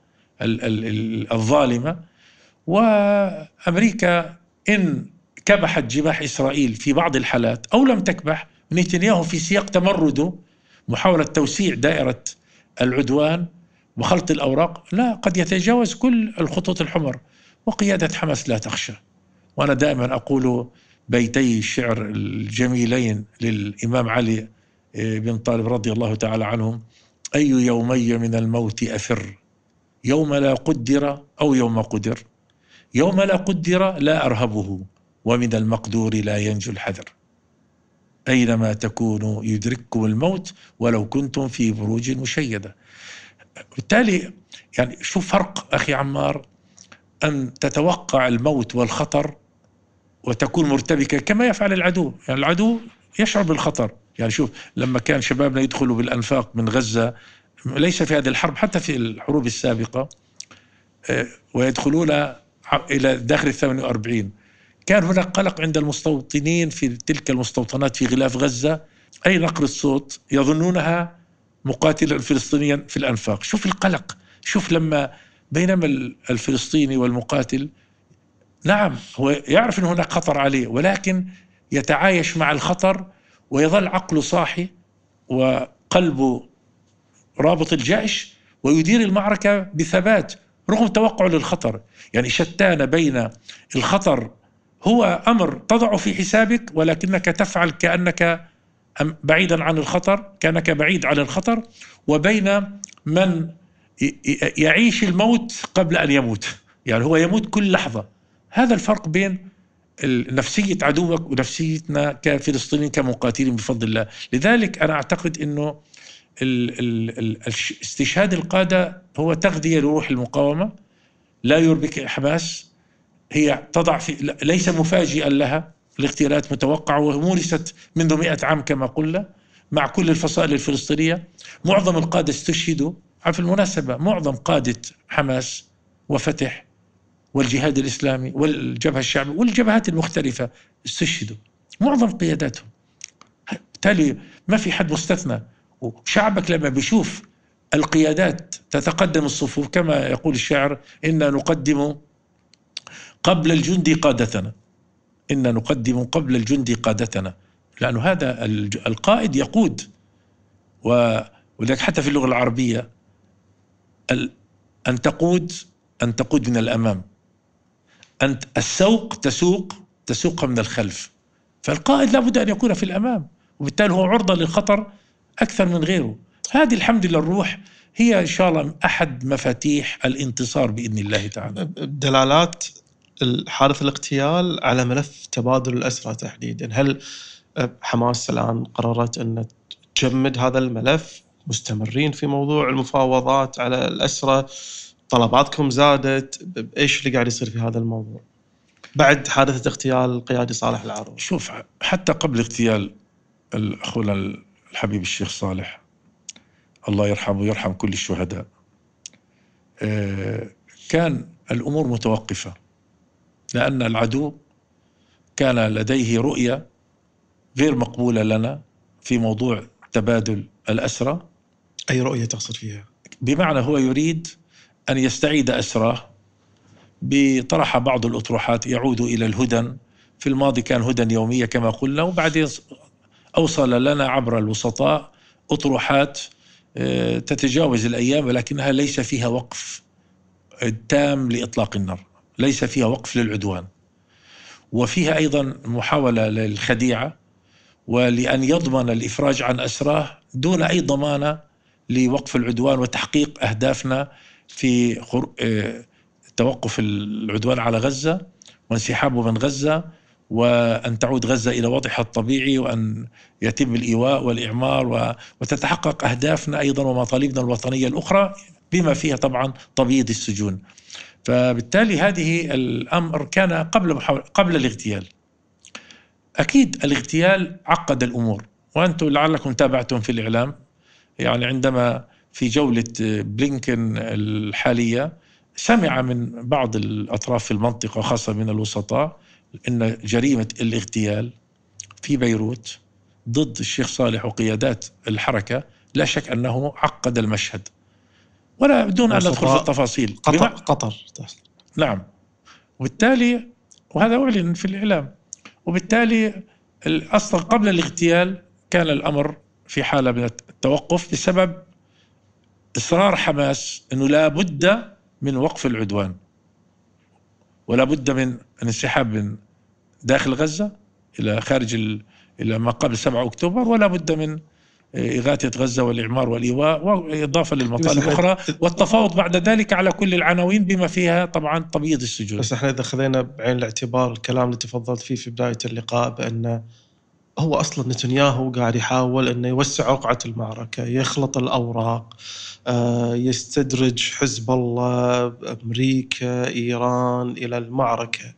الظالمة. وأمريكا إن كبحت جباح إسرائيل في بعض الحالات أو لم تكبح، نتنياهو في سياق تمرده محاولة توسيع دائرة العدوان وخلط الأوراق، لا، قد يتجاوز كل الخطوط الحمر. وقيادة حماس لا تخشى. وأنا دائما أقول بيتي الشعر الجميلين للإمام علي بن طالب رضي الله تعالى عنهم: أي يومي من الموت أفر، يوم لا قدر أو يوم قدر، يوم لا قدر لا أرهبه، ومن المقدور لا ينجو الحذر، أينما تكونوا يدرككم الموت ولو كنتم في بروج مشيدة. بالتالي يعني شوف فرق أخي عمار، أن تتوقع الموت والخطر وتكون مرتبكة كما يفعل العدو. يعني العدو يشعر بالخطر. يعني شوف لما كان شبابنا يدخلوا بالأنفاق من غزة، ليس في هذه الحرب، حتى في الحروب السابقة، ويدخلون إلى داخل الثمانية وأربعين، كان هناك قلق عند المستوطنين في تلك المستوطنات في غلاف غزة. أي نقرة صوت يظنونها مقاتلا فلسطينيا في الأنفاق. شوف القلق، شوف لما بينما الفلسطيني والمقاتل نعم هو يعرف أن هناك خطر عليه، ولكن يتعايش مع الخطر ويظل عقله صاحي وقلبه رابط الجيش، ويدير المعركة بثبات رغم توقعه للخطر. يعني شتان بين الخطر هو أمر تضع في حسابك ولكنك تفعل كأنك بعيدا عن الخطر، كأنك بعيد عن الخطر، وبين من يعيش الموت قبل أن يموت، يعني هو يموت كل لحظة. هذا الفرق بين نفسية عدوك ونفسيتنا كفلسطينيين كمقاتلين بفضل الله. لذلك أنا أعتقد أنه استشهاد القادة هو تغذية لروح المقاومة. لا يربك حماس، هي تضع في ليس مفاجئا لها، الاغتيالات متوقعة ومورست منذ مئة عام كما قلنا مع كل الفصائل الفلسطينية. معظم القادة استشهدوا. في المناسبة معظم قادة حماس وفتح والجهاد الإسلامي والجبهة الشعبية والجبهات المختلفة استشهدوا، معظم قياداتهم. بالتالي ما في حد مستثنى. وشعبك لما بيشوف القيادات تتقدم الصفوف، كما يقول الشاعر: إنا نقدم قبل الجندي قادتنا، إنا نقدم قبل الجندي قادتنا، لأنه هذا القائد يقود. ولذلك حتى في اللغة العربية أن تقود أن تقود من الأمام، أنت السوق تسوق تسوق من الخلف. فالقائد لابد أن يكون في الأمام، وبالتالي هو عرضة للخطر أكثر من غيره. هذه الحمد لله الروح هي إن شاء الله أحد مفاتيح الانتصار بإذن الله تعالى. دلالات حادث الاغتيال على ملف تبادل الأسرى تحديدا، هل حماس الآن قررت أن تجمد هذا الملف؟ مستمرين في موضوع المفاوضات على الأسرى؟ طلباتكم زادت؟ إيش اللي قاعد يصير في هذا الموضوع بعد حادثة اغتيال القيادي صالح العروض؟ شوف، حتى قبل اغتيال أخونا الحبيب الشيخ صالح الله يرحمه ويرحم كل الشهداء، كان الأمور متوقفة، لأن العدو كان لديه رؤية غير مقبولة لنا في موضوع تبادل الأسرى. أي رؤية تقصد فيها؟ بمعنى هو يريد أن يستعيد أسراه بطرح بعض الأطروحات يعود إلى الهدن. في الماضي كان هدن يومية كما قلنا، وبعدين أوصل لنا عبر الوسطاء أطروحات تتجاوز الأيام، ولكنها ليس فيها وقف تام لإطلاق النار، ليس فيها وقف للعدوان، وفيها أيضا محاولة للخديعة ولأن يضمن الإفراج عن أسراه دون أي ضمانة لوقف العدوان وتحقيق أهدافنا في توقف العدوان على غزة وانسحابه من غزة، وأن تعود غزة إلى وضعها الطبيعي، وأن يتم الإيواء والإعمار، وتتحقق أهدافنا أيضا ومطالبنا الوطنية الأخرى، بما فيها طبعا تبييض السجون. فبالتالي هذه الأمر كان قبل قبل الاغتيال. أكيد الاغتيال عقد الأمور، وأنتم لعلكم تابعتم في الإعلام، يعني عندما في جولة بلينكن الحالية سمع من بعض الأطراف في المنطقة خاصة من الوسطاء أن جريمة الاغتيال في بيروت ضد الشيخ صالح وقيادات الحركة لا شك أنه عقد المشهد، ولا بدون أن ندخل في التفاصيل. قطر, قطر. نعم. وبالتالي وهذا أعلن في الإعلام، وبالتالي أصلا قبل الاغتيال كان الأمر في حالة من التوقف بسبب إصرار حماس أنه لا بد من وقف العدوان، ولا بد من الانسحاب من داخل غزة إلى خارج ال... إلى ما قبل سبعة أكتوبر، ولا بد من إغاثة غزة والإعمار والإيواء، وإضافة للمطالب الأخرى، والتفاوض بعد ذلك على كل العناوين بما فيها طبعا تبييض السجون. بس احنا إذا خذينا بعين الاعتبار الكلام اللي تفضلت فيه في بداية اللقاء بأن هو أصلا نتنياهو قاعد يحاول أنه يوسع رقعة المعركة، يخلط الأوراق، يستدرج حزب الله، أمريكا، إيران إلى المعركة،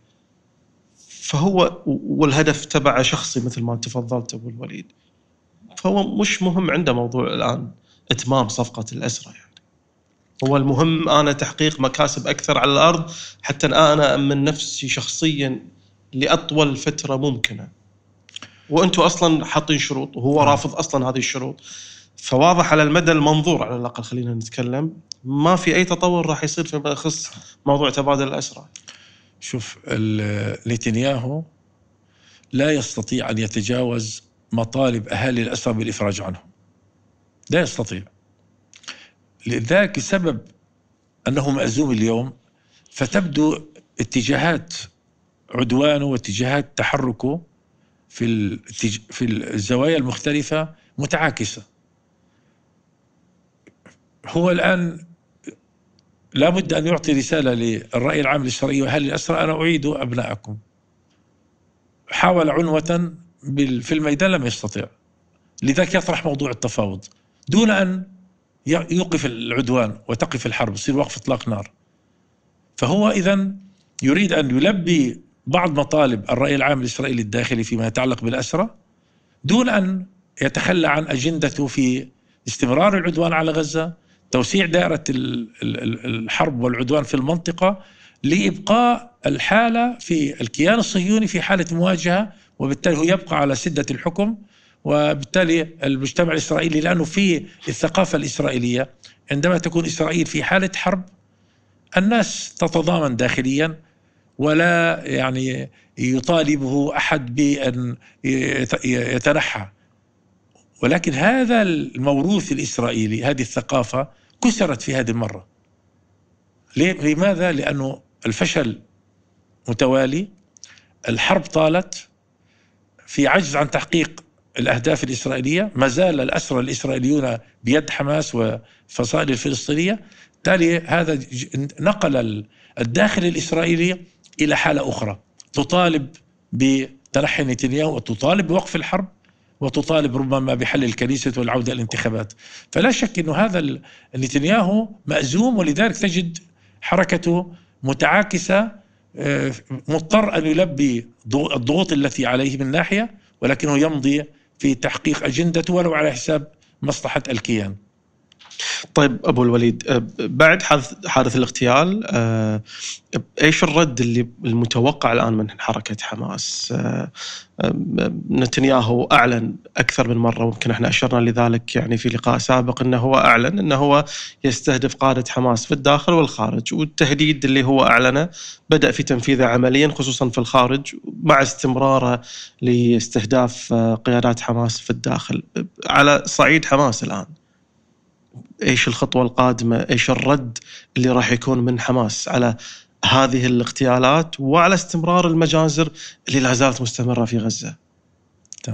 فهو والهدف تبعه شخصي مثل ما تفضلت أبو الوليد، فهو مش مهم عنده موضوع الآن إتمام صفقة الأسرى. يعني هو المهم أنا تحقيق مكاسب أكثر على الأرض حتى أنا أمن نفسي شخصيا لأطول فترة ممكنة، وأنتوا أصلا حاطين شروط وهو رافض أصلا هذه الشروط، فواضح على المدى المنظور على الأقل خلينا نتكلم ما في أي تطور راح يصير فيما يخص موضوع تبادل الأسرى. شوف، نتنياهو لا يستطيع أن يتجاوز مطالب أهالي الأسرى بالإفراج عنهم، لا يستطيع. لذلك سبب أنه مأزوم اليوم، فتبدو اتجاهات عدوانه واتجاهات تحركه في التج... في الزوايا المختلفة متعاكسة. هو الآن لا بد أن يعطي رسالة للرأي العام الإسرائيلي وأهل الأسرى: أنا أعيد أبنائكم. حاول عنوة في الميدان لم يستطع، لذلك يطرح موضوع التفاوض دون أن يوقف العدوان وتقف الحرب، يصير وقف إطلاق نار. فهو إذن يريد أن يلبي بعض مطالب الرأي العام الإسرائيلي الداخلي فيما يتعلق بالأسرى دون أن يتخلى عن أجندته في استمرار العدوان على غزة، توسيع دائرة الحرب والعدوان في المنطقة، لإبقاء الحالة في الكيان الصهيوني في حالة مواجهة، وبالتالي هو يبقى على سدة الحكم. وبالتالي المجتمع الإسرائيلي، لأنه في الثقافة الإسرائيلية عندما تكون إسرائيل في حالة حرب الناس تتضامن داخليا، ولا يعني يطالبه أحد بأن يتنحى. ولكن هذا الموروث الإسرائيلي، هذه الثقافة كسرت في هذه المرة. لماذا؟ لأنه الفشل متوالي، الحرب طالت، في عجز عن تحقيق الأهداف الإسرائيلية، ما زال الأسرى الإسرائيليون بيد حماس وفصائل الفلسطينية. بالتالي هذا نقل الداخل الإسرائيلي إلى حالة أخرى، تطالب بتنحي نتنياهو، وتطالب بوقف الحرب، وتطالب ربما بحل الكنيسة والعودة إلى الانتخابات. فلا شك أن هذا نتنياهو مأزوم، ولذلك تجد حركته متعاكسة، مضطر أن يلبي الضغوط التي عليه من ناحية، ولكنه يمضي في تحقيق أجندته ولو على حساب مصلحة الكيان. طيب أبو الوليد، بعد حادث الاغتيال إيش الرد اللي المتوقع الآن من حركة حماس؟ نتنياهو أعلن أكثر من مرة، ويمكن احنا أشرنا لذلك يعني في لقاء سابق، أنه هو أعلن أنه هو يستهدف قادة حماس في الداخل والخارج، والتهديد اللي هو أعلنه بدأ في تنفيذه عمليا خصوصا في الخارج، مع استمراره لاستهداف قيادات حماس في الداخل. على صعيد حماس الآن إيش الخطوة القادمة؟ إيش الرد اللي راح يكون من حماس على هذه الاغتيالات وعلى استمرار المجازر اللي لا زالت مستمرة في غزة؟ تمام.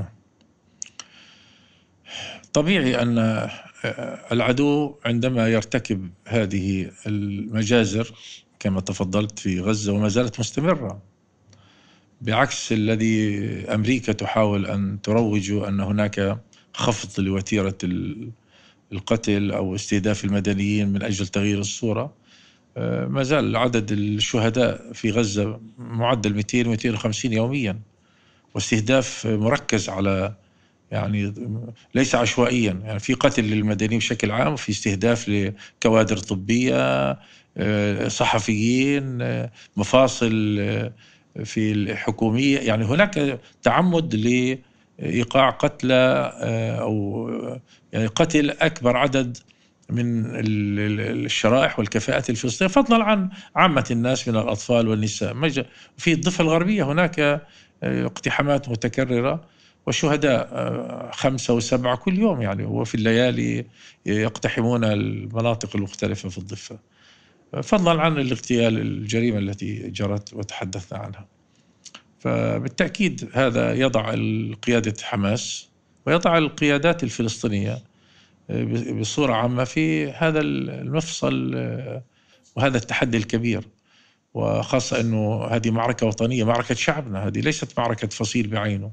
طبيعي أن العدو عندما يرتكب هذه المجازر كما تفضلت في غزة وما زالت مستمرة، بعكس الذي أمريكا تحاول أن تروج أن هناك خفض لوتيرة القتل أو استهداف المدنيين من أجل تغيير الصورة، ما زال عدد الشهداء في غزة معدل مئتين مئتين وخمسين يوميا، واستهداف مركز على يعني ليس عشوائيا، يعني في قتل للمدنيين بشكل عام، وفي استهداف لكوادر طبية، صحفيين، مفاصل في الحكومية. يعني هناك تعمد لإيقاع قتلى أو يعني قتل أكبر عدد من الشرائح والكفاءات الفلسطينية، فضلا عن عامة الناس من الأطفال والنساء. في الضفة الغربية هناك اقتحامات متكررة وشهداء خمسة وسبعة كل يوم، يعني وفي الليالي يقتحمون المناطق المختلفة في الضفة، فضلا عن الاغتيال الجريمة التي جرت وتحدثنا عنها. فبالتأكيد هذا يضع قيادة حماس ويضع القيادات الفلسطينية بصورة عامة في هذا المفصل وهذا التحدي الكبير، وخاصة أنه هذه معركة وطنية، معركة شعبنا، هذه ليست معركة فصيل بعينه.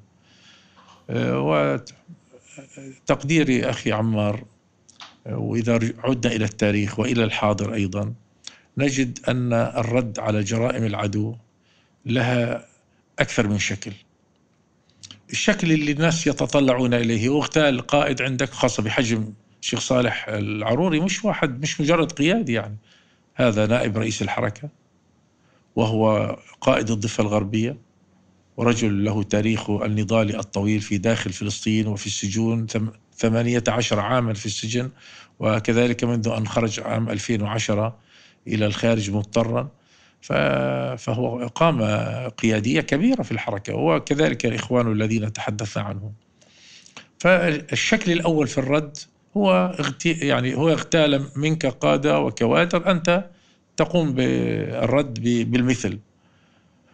وتقديري أخي عمار، وإذا عدنا إلى التاريخ وإلى الحاضر أيضا، نجد أن الرد على جرائم العدو لها أكثر من شكل. الشكل اللي الناس يتطلعون إليه هو اغتال قائد عندك، خاصة بحجم الشيخ صالح العروري، مش واحد، مش مجرد قيادي، يعني هذا نائب رئيس الحركة، وهو قائد الضفة الغربية، ورجل له تاريخ النضال الطويل في داخل فلسطين وفي السجون، ثمانية عشر عاما في السجن، وكذلك منذ أن خرج عام ألفين وعشرة إلى الخارج مضطرا. فهو قامة قيادية كبيرة في الحركة، وكذلك الإخوان الذين تحدثنا عنهم. فالشكل الأول في الرد هو يعني هو اغتال منك قادة وكوادر، أنت تقوم بالرد بالمثل.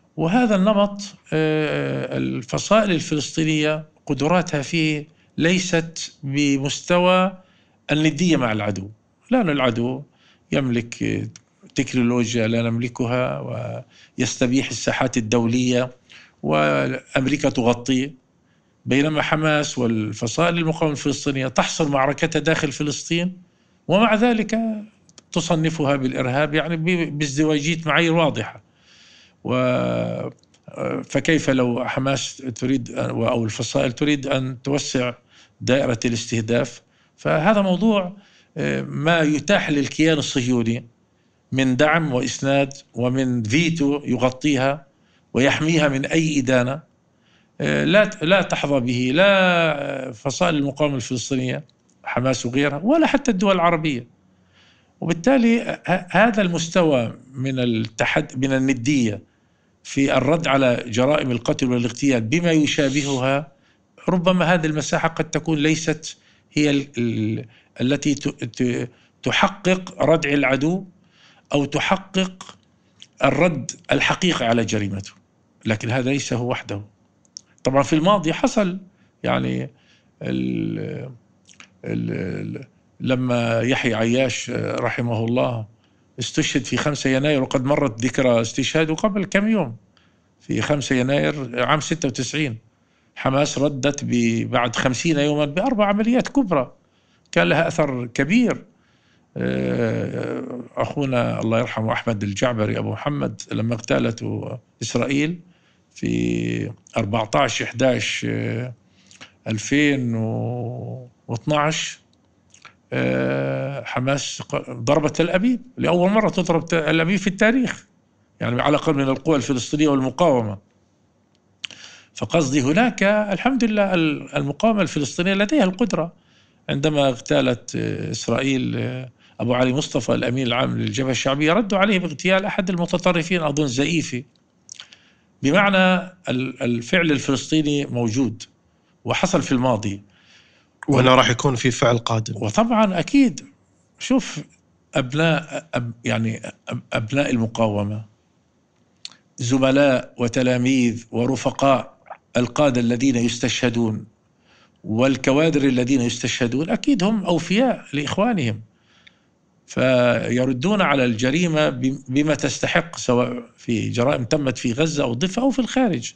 وهذا النمط الفصائل الفلسطينية قدراتها فيه ليست بمستوى الندية مع العدو، لأن العدو يملك تكنولوجيا لا نملكها ويستبيح الساحات الدولية وأمريكا تغطيه، بينما حماس والفصائل المقاومة الفلسطينية تحصر معركتها داخل فلسطين ومع ذلك تصنفها بالإرهاب، يعني بازدواجية معايير واضحة. و فكيف لو حماس تريد أو الفصائل تريد أن توسع دائرة الاستهداف؟ فهذا موضوع ما يتاح للكيان الصهيوني من دعم وإسناد ومن فيتو يغطيها ويحميها من أي إدانة لا لا تحظى به لا فصائل المقاومة الفلسطينية حماس وغيرها ولا حتى الدول العربية. وبالتالي هذا المستوى من التحد من الندية في الرد على جرائم القتل والاغتيال بما يشابهها، ربما هذه المساحة قد تكون ليست هي ال ال التي تحقق ردع العدو أو تحقق الرد الحقيقي على جريمته، لكن هذا ليس هو وحده. طبعا في الماضي حصل يعني ال ال ال لما يحيى عياش رحمه الله استشهد في خمسة يناير، وقد مرت ذكرى استشهاده قبل كم يوم في خمسة يناير عام ستة وتسعين، حماس ردت بعد خمسين يوما بأربع عمليات كبرى كان لها أثر كبير. أخونا الله يرحمه أحمد الجعبري أبو محمد لما اغتالته إسرائيل في أربعة عشر إحدى عشر ألفين واثني عشر، حماس ضربت تل أبيب لأول مرة تضرب تل أبيب في التاريخ، يعني على الأقل من القوى الفلسطينية والمقاومة. فقصدي هناك الحمد لله المقاومة الفلسطينية لديها القدرة. عندما اغتالت إسرائيل أبو علي مصطفى الأمين العام للجبهة الشعبية ردوا عليه باغتيال أحد المتطرفين أظن زئيفي، بمعنى الفعل الفلسطيني موجود وحصل في الماضي وأنا راح يكون في فعل قادم. وطبعا أكيد شوف أبناء أب يعني أبناء المقاومة زملاء وتلاميذ ورفقاء القادة الذين يستشهدون والكوادر الذين يستشهدون أكيد هم أوفياء لإخوانهم، فيردون على الجريمة بما تستحق سواء في جرائم تمت في غزة أو الضفة أو في الخارج.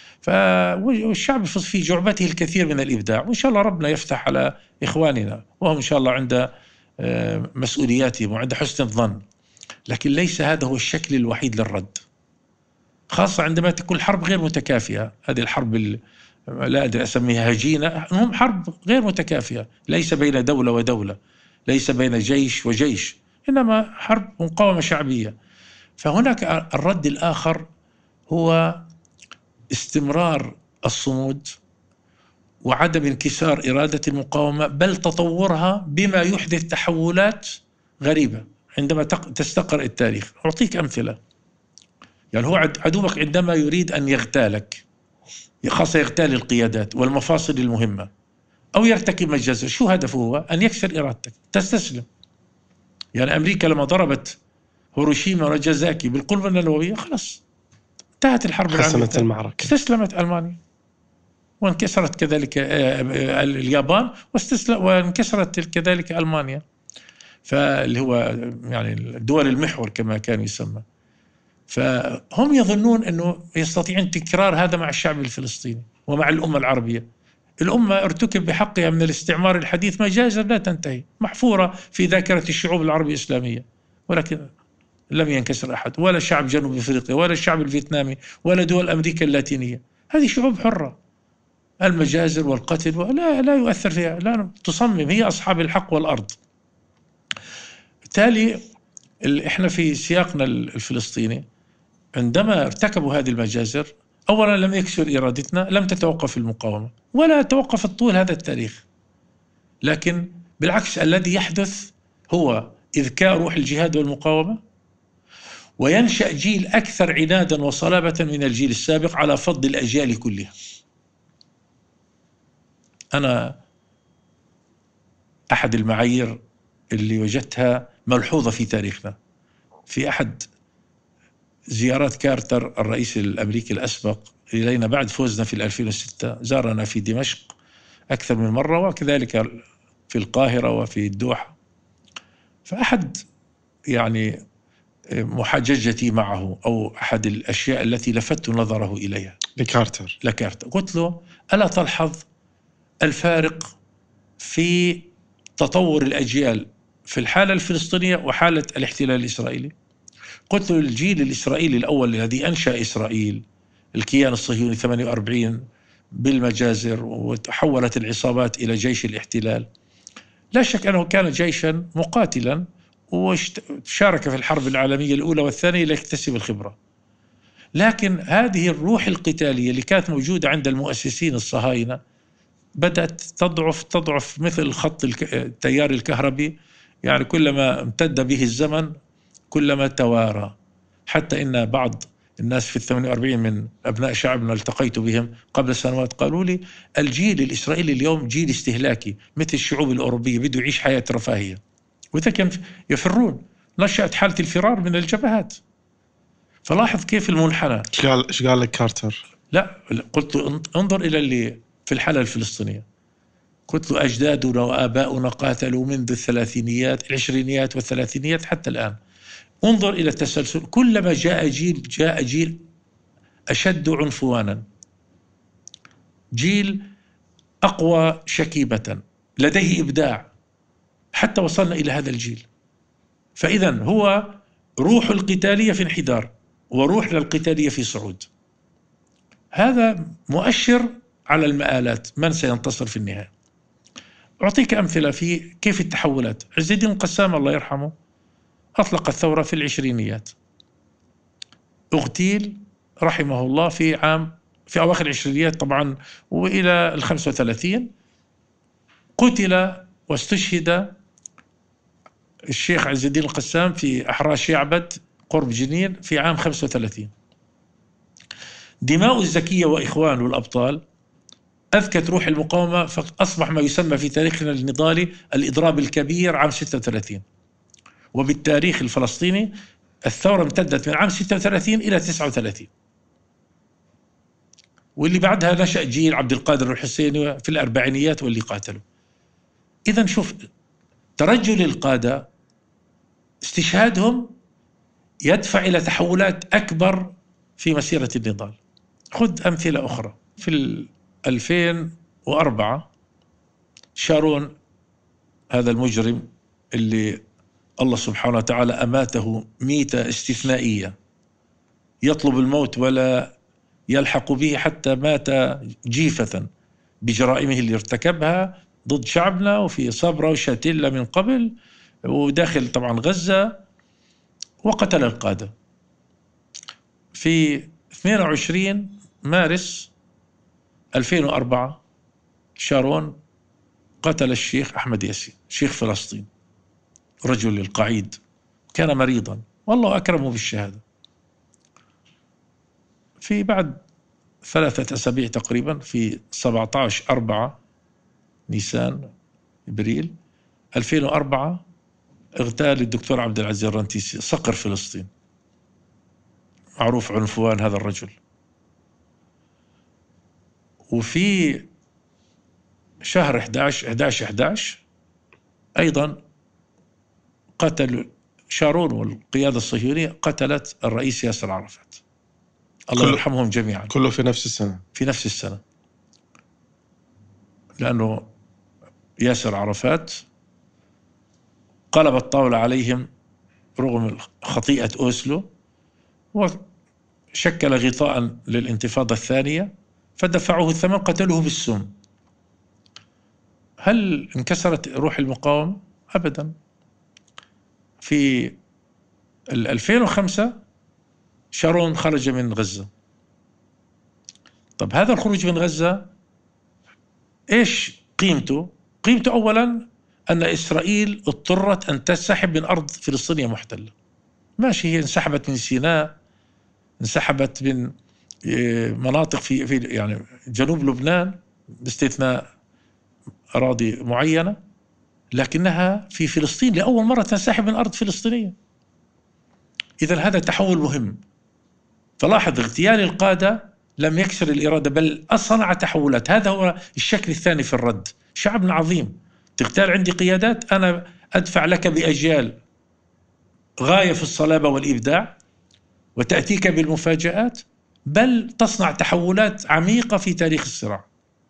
فالشعب في جعبته الكثير من الإبداع، وإن شاء الله ربنا يفتح على إخواننا وهم إن شاء الله عند مسؤولياتهم وعند حسن الظن، لكن ليس هذا هو الشكل الوحيد للرد، خاصة عندما تكون الحرب غير متكافئة. هذه الحرب لا أدري أسميها هجينة، هم حرب غير متكافئة، ليس بين دولة ودولة، ليس بين جيش وجيش، إنما حرب مقاومة شعبية. فهناك الرد الآخر هو استمرار الصمود وعدم انكسار إرادة المقاومة، بل تطورها بما يحدث تحولات غريبة عندما تستقرأ التاريخ. أعطيك أمثلة. يعني هو عدوك عندما يريد أن يغتالك، خاصة يغتال القيادات والمفاصل المهمة أو يرتكب مجازر، شو هدفه؟ هو أن يكسر إرادتك تستسلم. يعني أمريكا لما ضربت هيروشيما وناجازاكي بالقنبلة النووية خلاص انتهت الحرب العالمية، حسمت المعركة، استسلمت ألمانيا وانكسرت كذلك اليابان وانكسرت كذلك ألمانيا، فاللي هو يعني دول المحور كما كان يسمى. فهم يظنون أنه يستطيعون تكرار هذا مع الشعب الفلسطيني ومع الأمة العربية. الأمة ارتكب بحقها من الاستعمار الحديث مجازر لا تنتهي، محفورة في ذاكرة الشعوب العربية الإسلامية، ولكن لم ينكسر أحد، ولا شعب جنوب أفريقيا ولا الشعب الفيتنامي ولا دول أمريكا اللاتينية. هذه شعوب حرة، المجازر والقتل ولا لا يؤثر فيها، لا تصمم، هي أصحاب الحق والأرض. بالتالي إحنا في سياقنا الفلسطيني عندما ارتكبوا هذه المجازر أولا لم يكسر إرادتنا، لم تتوقف المقاومة ولا توقف طول هذا التاريخ، لكن بالعكس الذي يحدث هو إذكاء روح الجهاد والمقاومة، وينشأ جيل أكثر عنادا وصلابة من الجيل السابق على فضل الأجيال كلها. أنا أحد المعايير اللي وجدتها ملحوظة في تاريخنا، في أحد زيارات كارتر الرئيس الأمريكي الأسبق إلينا بعد فوزنا في ألفين وستة، زارنا في دمشق أكثر من مرة، وكذلك في القاهرة وفي الدوحة. فأحد يعني محاججتي معه أو أحد الأشياء التي لفت نظره إليها لكارتر لكارتر قلت له: ألا تلحظ الفارق في تطور الأجيال في الحالة الفلسطينية وحالة الاحتلال الإسرائيلي؟ قلت له: الجيل الإسرائيلي الأول الذي أنشأ إسرائيل، الكيان الصهيوني ثمانية وأربعين بالمجازر وتحولت العصابات إلى جيش الاحتلال، لا شك أنه كان جيشا مقاتلا وشارك في الحرب العالمية الأولى والثانية ليكتسب الخبرة. لكن هذه الروح القتالية اللي كانت موجودة عند المؤسسين الصهاينة بدأت تضعف تضعف مثل خط التيار الكهربي، يعني كلما امتد به الزمن كلما توارى. حتى إن بعض الناس في الثمانية وأربعين من أبناء شعبنا التقيت بهم قبل سنوات قالوا لي: الجيل الإسرائيلي اليوم جيل استهلاكي مثل الشعوب الأوروبية، بده يعيش حياة رفاهية. وإذا كان يفرون، نشأت حالة الفرار من الجبهات. فلاحظ كيف المنحنى. ايش قال ايش قال لك كارتر؟ لا، قلت له: انظر إلى اللي في الحالة الفلسطينية. قلت له: أجدادنا وآباؤنا قاتلوا منذ الثلاثينيات العشرينيات والثلاثينيات حتى الآن. انظر إلى التسلسل، كلما جاء جيل جاء جيل أشد عنفوانا، جيل أقوى شكيبة، لديه إبداع، حتى وصلنا إلى هذا الجيل. فإذا هو روح القتالية في انحدار وروحنا القتالية في صعود. هذا مؤشر على المآلات، من سينتصر في النهاية. أعطيك أمثلة في كيف التحولات. عز الدين القسام الله يرحمه أطلق الثورة في العشرينيات، اغتيل رحمه الله في عام في أواخر العشرينيات طبعا وإلى الخمسة وثلاثين. قتل واستشهد الشيخ عز الدين القسام في أحراش يعبد قرب جنين في عام خمسة وثلاثين. دماء الزكية وإخوان والأبطال أذكت روح المقاومة، فأصبح ما يسمى في تاريخنا النضالي الإضراب الكبير عام ستة وثلاثين. وبالتاريخ الفلسطيني الثورة امتدت من عام ستة وثلاثين إلى تسعة وثلاثين، واللي بعدها نشأ جيل عبد القادر الحسيني في الأربعينيات واللي قاتلوا. إذا شوف ترجل القادة، استشهادهم يدفع إلى تحولات أكبر في مسيرة النضال. خذ أمثلة أخرى. في ألفين وأربعة شارون هذا المجرم اللي الله سبحانه وتعالى أماته ميتة استثنائية، يطلب الموت ولا يلحق به حتى مات جيفة بجرائمه اللي ارتكبها ضد شعبنا وفي صبرا وشاتيلا من قبل وداخل طبعا غزة، وقتل القادة. في اثنين وعشرين مارس ألفين وأربعة شارون قتل الشيخ أحمد ياسين شيخ فلسطين، رجل القعيد، كان مريضا والله أكرمه بالشهادة. في بعد ثلاثة أسابيع تقريبا في سبعة عشر أربعة نيسان إبريل ألفين وأربعة اغتال الدكتور عبد العزيز الرنتيسي صقر فلسطين، معروف عنفوان هذا الرجل. وفي شهر أحد عشر أحد عشر أحد عشر أيضا قتل شارون والقيادة الصهيونية قتلت الرئيس ياسر عرفات، الله يرحمهم جميعا. كله في نفس السنة في نفس السنة، لأنه ياسر عرفات قلب الطاولة عليهم رغم خطيئة أوسلو، وشكل غطاء للانتفاضة الثانية فدفعوه الثمن، قتلوه بالسم. هل انكسرت روح المقاومة؟ أبدا. في ألفين وخمسة شارون خرج من غزة. طب هذا الخروج من غزة إيش قيمته؟ قيمته أولا أن إسرائيل اضطرت أن تنسحب من أرض فلسطينية محتلة. ماشي، هي انسحبت من سيناء، انسحبت من مناطق في في يعني جنوب لبنان باستثناء أراضي معينة، لكنها في فلسطين لأول مرة تنسحب من أرض فلسطينية. إذا هذا تحول مهم. فلاحظ اغتيال القادة لم يكسر الإرادة بل أصنع تحولات. هذا هو الشكل الثاني في الرد. شعبنا عظيم، تغتال عندي قيادات، أنا أدفع لك بأجيال غاية في الصلابة والإبداع وتأتيك بالمفاجآت، بل تصنع تحولات عميقة في تاريخ الصراع.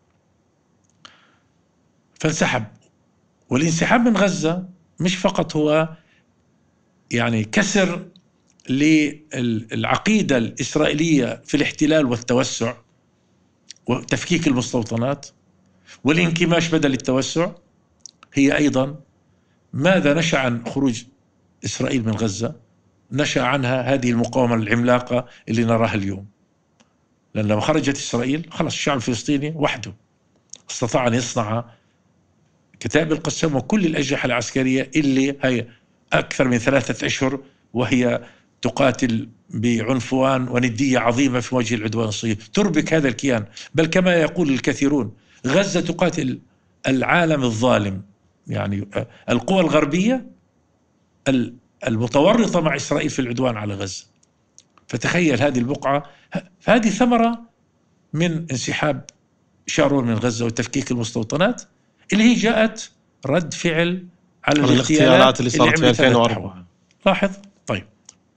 فانسحب. والانسحاب من غزة مش فقط هو يعني كسر للعقيدة الإسرائيلية في الاحتلال والتوسع وتفكيك المستوطنات والانكماش بدل التوسع، هي أيضا ماذا نشأ عن خروج إسرائيل من غزة؟ نشأ عنها هذه المقاومة العملاقة اللي نراها اليوم. لأن لما خرجت إسرائيل خلص الشعب الفلسطيني وحده استطاع أن يصنع كتائب القسام وكل الأجنحة العسكرية اللي هي أكثر من ثلاثة أشهر وهي تقاتل بعنفوان وندية عظيمة في وجه العدوان الصهيوني، تربك هذا الكيان. بل كما يقول الكثيرون غزة تقاتل العالم الظالم، يعني القوى الغربية المتورطة مع إسرائيل في العدوان على غزة. فتخيل هذه البقعة، هذه ثمرة من انسحاب شارون من غزة وتفكيك المستوطنات اللي هي جاءت رد فعل على الاغتيالات اللي صارت في ألفين وأربعة. لاحظ. طيب،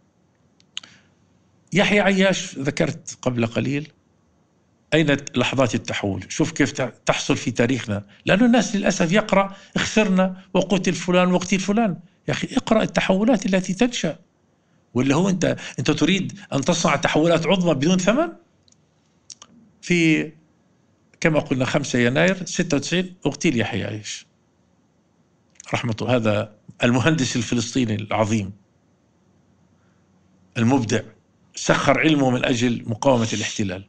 يحيى عياش ذكرت قبل قليل أين لحظات التحول. شوف كيف تحصل في تاريخنا، لأن الناس للأسف يقرأ خسرنا وقتل فلان وقتل فلان. يا أخي اقرأ التحولات التي تنشأ، ولا هو أنت أنت تريد أن تصنع تحولات عظمى بدون ثمن؟ في كما قلنا خمسة يناير ستة وتسعين اغتيل يحيى عياش رحمته، هذا المهندس الفلسطيني العظيم المبدع، سخر علمه من أجل مقاومة الاحتلال،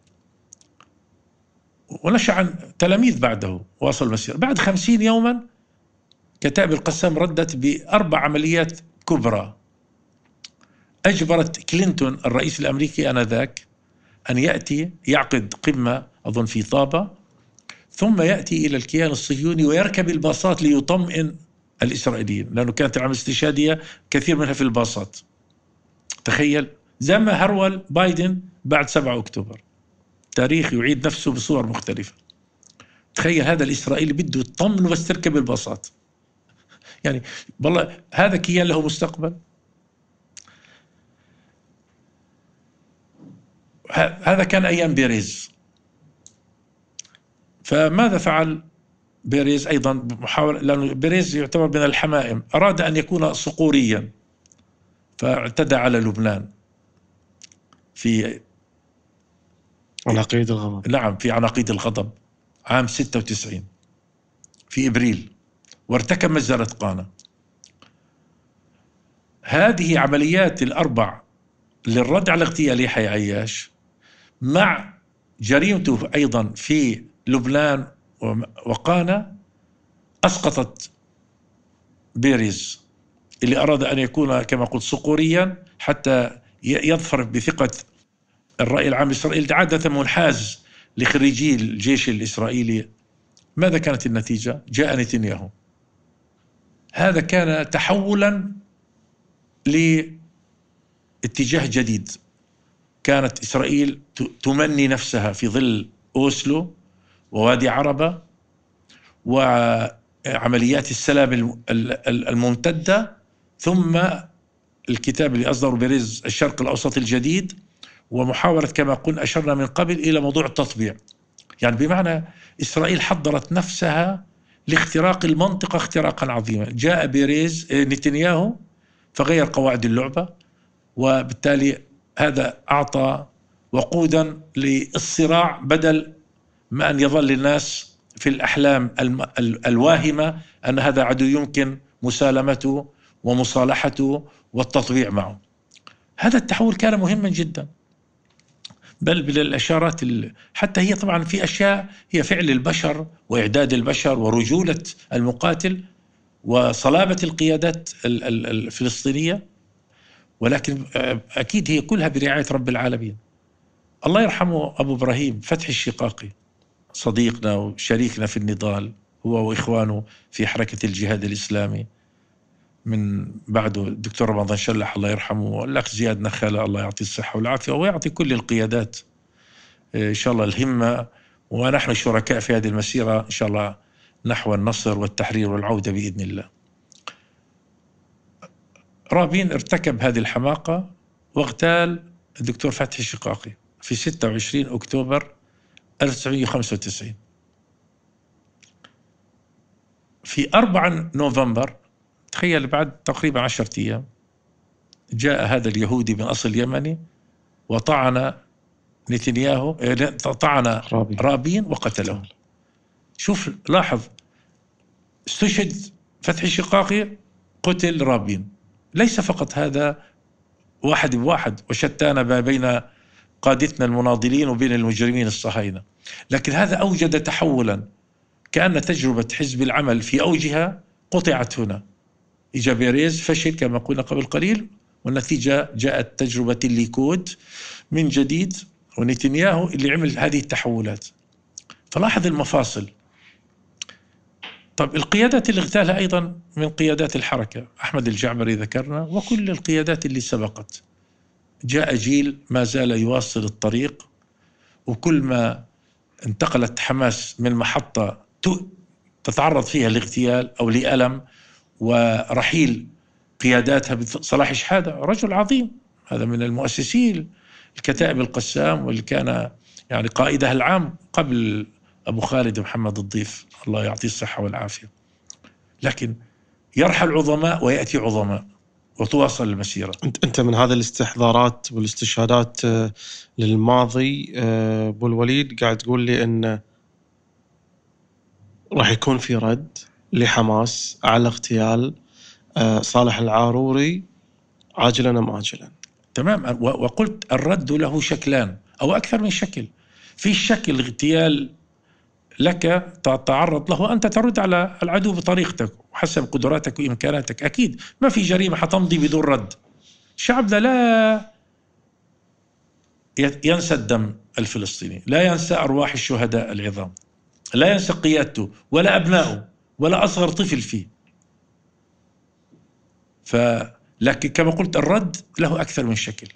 ونشأ عن تلاميذ بعده واصل المسيرة. بعد خمسين يوما كتائب القسام ردت بأربع عمليات كبرى أجبرت كلينتون الرئيس الأمريكي آنذاك أن يأتي يعقد قمة أظن في طابة، ثم يأتي إلى الكيان الصهيوني ويركب الباصات ليطمئن الإسرائيليين، لأنه كانت العملية الاستشهادية كثير منها في الباصات. تخيل، زي ما هرول بايدن بعد سبعة أكتوبر، تاريخ يعيد نفسه بصور مختلفة. تخيل هذا الإسرائيلي بده يطمن بس تركب الباصات. يعني والله هذا كيان له مستقبل. هذا كان أيام بيريز. فماذا فعل بيريز أيضا محاولة، لأنه بيريز يعتبر من الحمائم، أراد أن يكون صقوريا فاعتدى على لبنان في عناقيد الغضب. نعم، في عناقيد الغضب عام ستة وتسعين في إبريل، وارتكب مجزرة قانا. هذه عمليات الأربع للرد على اغتيال يحيى عياش مع جريمته أيضا في لبنان وقانا أسقطت بيريز اللي أراد أن يكون كما قلت صقوريا حتى يظفر بثقة الرأي العام الإسرائيلي، عادة منحاز لخريجي الجيش الإسرائيلي. ماذا كانت النتيجة؟ جاء نتنياهو. هذا كان تحولا لاتجاه جديد. كانت إسرائيل تمني نفسها في ظل أوسلو ووادي عربة وعمليات السلام الممتدة، ثم الكتاب اللي أصدره بيريز الشرق الأوسط الجديد، ومحاولة كما قلنا أشرنا من قبل إلى موضوع التطبيع. يعني بمعنى إسرائيل حضرت نفسها لاختراق المنطقة اختراقا عظيما. جاء بيريز نتنياهو فغير قواعد اللعبة، وبالتالي هذا أعطى وقودا للصراع بدل ما أن يظل الناس في الأحلام الواهمة أن هذا عدو يمكن مسالمته ومصالحته والتطبيع معه. هذا التحول كان مهما جدا، بل بالإشارات حتى هي طبعا في أشياء هي فعل البشر وإعداد البشر ورجولة المقاتل وصلابة القيادات الفلسطينية، ولكن أكيد هي كلها برعاية رب العالمين. الله يرحمه أبو إبراهيم فتحي الشقاقي، صديقنا وشريكنا في النضال هو وإخوانه في حركة الجهاد الإسلامي، من بعده الدكتور رمضان شلح الله يرحمه، والأخ زياد نخالة الله يعطيه الصحة والعافية، ويعطي كل القيادات إن شاء الله الهمة، ونحن شركاء في هذه المسيرة إن شاء الله نحو النصر والتحرير والعودة بإذن الله. رابين ارتكب هذه الحماقة واغتال الدكتور فتحي الشقاقي في ستة وعشرين أكتوبر ألف وتسعمئة وخمسة وتسعين. في أربعة نوفمبر، تخيل بعد تقريبا عشرة أيام، جاء هذا اليهودي من أصل يمني وطعن نتنياهو، طعن رابين, رابين وقتله. شوف لاحظ، استشهد فتحي الشقاقي، قتل رابين. ليس فقط هذا واحد بواحد وشتان ما بين قادتنا المناضلين وبين المجرمين الصهاينة، لكن هذا أوجد تحولا، كأن تجربة حزب العمل في أوجها قطعت هنا. إجا بيريز فشل كما قلنا قبل قليل، والنتيجة جاءت تجربة الليكود من جديد، ونتنياهو اللي عمل هذه التحولات. فلاحظ المفاصل. طب القيادات اللي اغتالها أيضا من قيادات الحركة، أحمد الجعبري ذكرنا، وكل القيادات اللي سبقت. جاء جيل ما زال يواصل الطريق، وكل ما انتقلت حماس من محطة تتعرض فيها لاغتيال أو لألم ورحيل قياداتها. صلاح شحادة رجل عظيم، هذا من المؤسسين الكتائب القسام، واللي كان يعني قائدها العام قبل أبو خالد محمد الضيف الله يعطيه الصحة والعافية. لكن يرحل عظماء ويأتي عظماء وتواصل المسيرة. أنت من هذا الاستحضارات والاستشهادات للماضي أبو الوليد قاعد تقول لي أن راح يكون في رد لحماس على اغتيال صالح العاروري عاجلا أم آجلا. تمام. وقلت الرد له شكلان أو أكثر من شكل. في شكل اغتيال لك تتعرض له، أنت ترد على العدو بطريقتك وحسب قدراتك وإمكاناتك. أكيد ما في جريمة حتمضي بدون رد. شعبنا لا ينسى الدم الفلسطيني، لا ينسى أرواح الشهداء العظام، لا ينسى قيادته ولا أبنائه ولا أصغر طفل فيه. ف لكن كما قلت الرد له أكثر من شكل،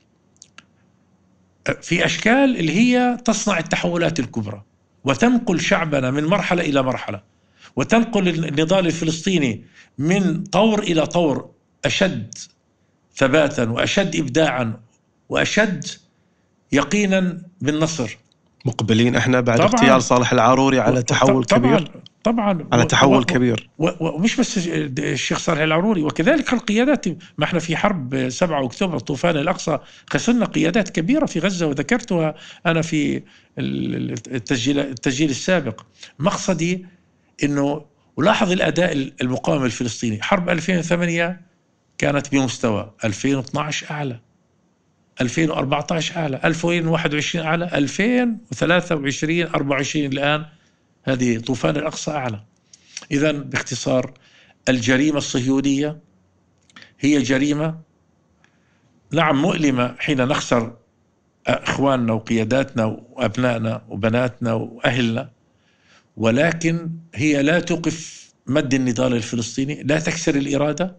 في أشكال اللي هي تصنع التحولات الكبرى وتنقل شعبنا من مرحلة إلى مرحلة، وتنقل النضال الفلسطيني من طور إلى طور أشد ثباتا وأشد إبداعا وأشد يقينا بالنصر. مقبلين احنا بعد اغتيال صالح العاروري على تحول طبعاً كبير. طبعا على تحول كبير، ومش بس الشيخ صالح العاروري، وكذلك القيادات. ما احنا في حرب سبعة أكتوبر طوفان الأقصى خسرنا قيادات كبيرة في غزة، وذكرتها أنا في التسجيل التسجيل السابق. مقصدي إنه ولاحظ الأداء المقاوم الفلسطيني. حرب ألفين وثمانية كانت بمستوى، ألفين واثناشر أعلى، ألفين وأربعة عشر أعلى، ألفين وواحد وعشرين أعلى، ألفين وثلاثة وعشرين أربعة وعشرين الآن هذه طوفان الأقصى أعلى. إذن باختصار الجريمة الصهيونية هي جريمة نعم مؤلمة حين نخسر إخواننا وقياداتنا وأبنائنا وبناتنا وأهلنا، ولكن هي لا توقف مد النضال الفلسطيني، لا تكسر الإرادة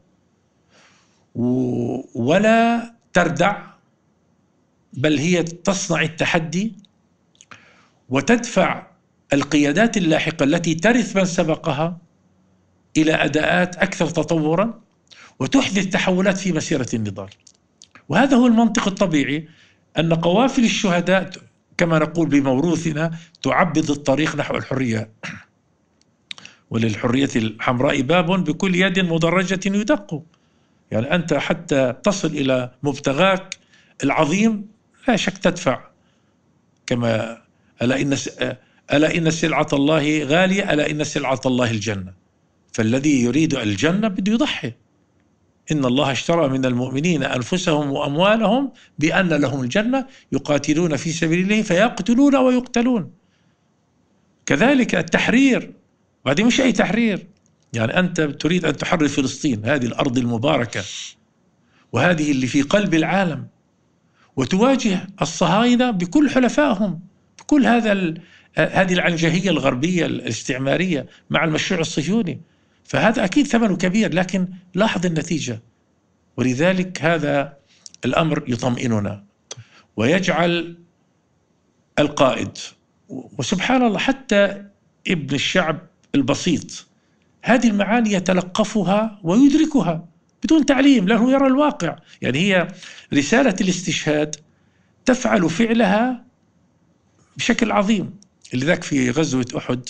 ولا تردع، بل هي تصنع التحدي وتدفع القيادات اللاحقة التي ترث من سبقها إلى أداءات أكثر تطورا، وتحدث تحولات في مسيرة النضال. وهذا هو المنطق الطبيعي، أن قوافل الشهداء كما نقول بموروثنا تعبد الطريق نحو الحرية، وللحرية الحمراء باب بكل يد مدرجة يدق. يعني أنت حتى تصل إلى مبتغاك العظيم لا شك تدفع، كما ألا إن ألا إن سلعة الله غالية، ألا إن سلعة الله الجنة. فالذي يريد الجنة بده يضحي. إن الله اشترى من المؤمنين أنفسهم وأموالهم بأن لهم الجنة يقاتلون في سبيل الله فيقتلون ويقتلون. كذلك التحرير، بعدين مش أي تحرير، يعني أنت تريد أن تحرر فلسطين، هذه الأرض المباركة وهذه اللي في قلب العالم، وتواجه الصهاينة بكل حلفائهم، بكل هذا هذه العنجهية الغربية الاستعمارية مع المشروع الصهيوني. فهذا أكيد ثمنه كبير، لكن لاحظ النتيجة. ولذلك هذا الأمر يطمئننا ويجعل القائد، وسبحان الله حتى ابن الشعب البسيط هذه المعاني يتلقفها ويدركها بدون تعليم، لأنه يرى الواقع. يعني هي رسالة الاستشهاد تفعل فعلها بشكل عظيم. لذلك في غزوة أحد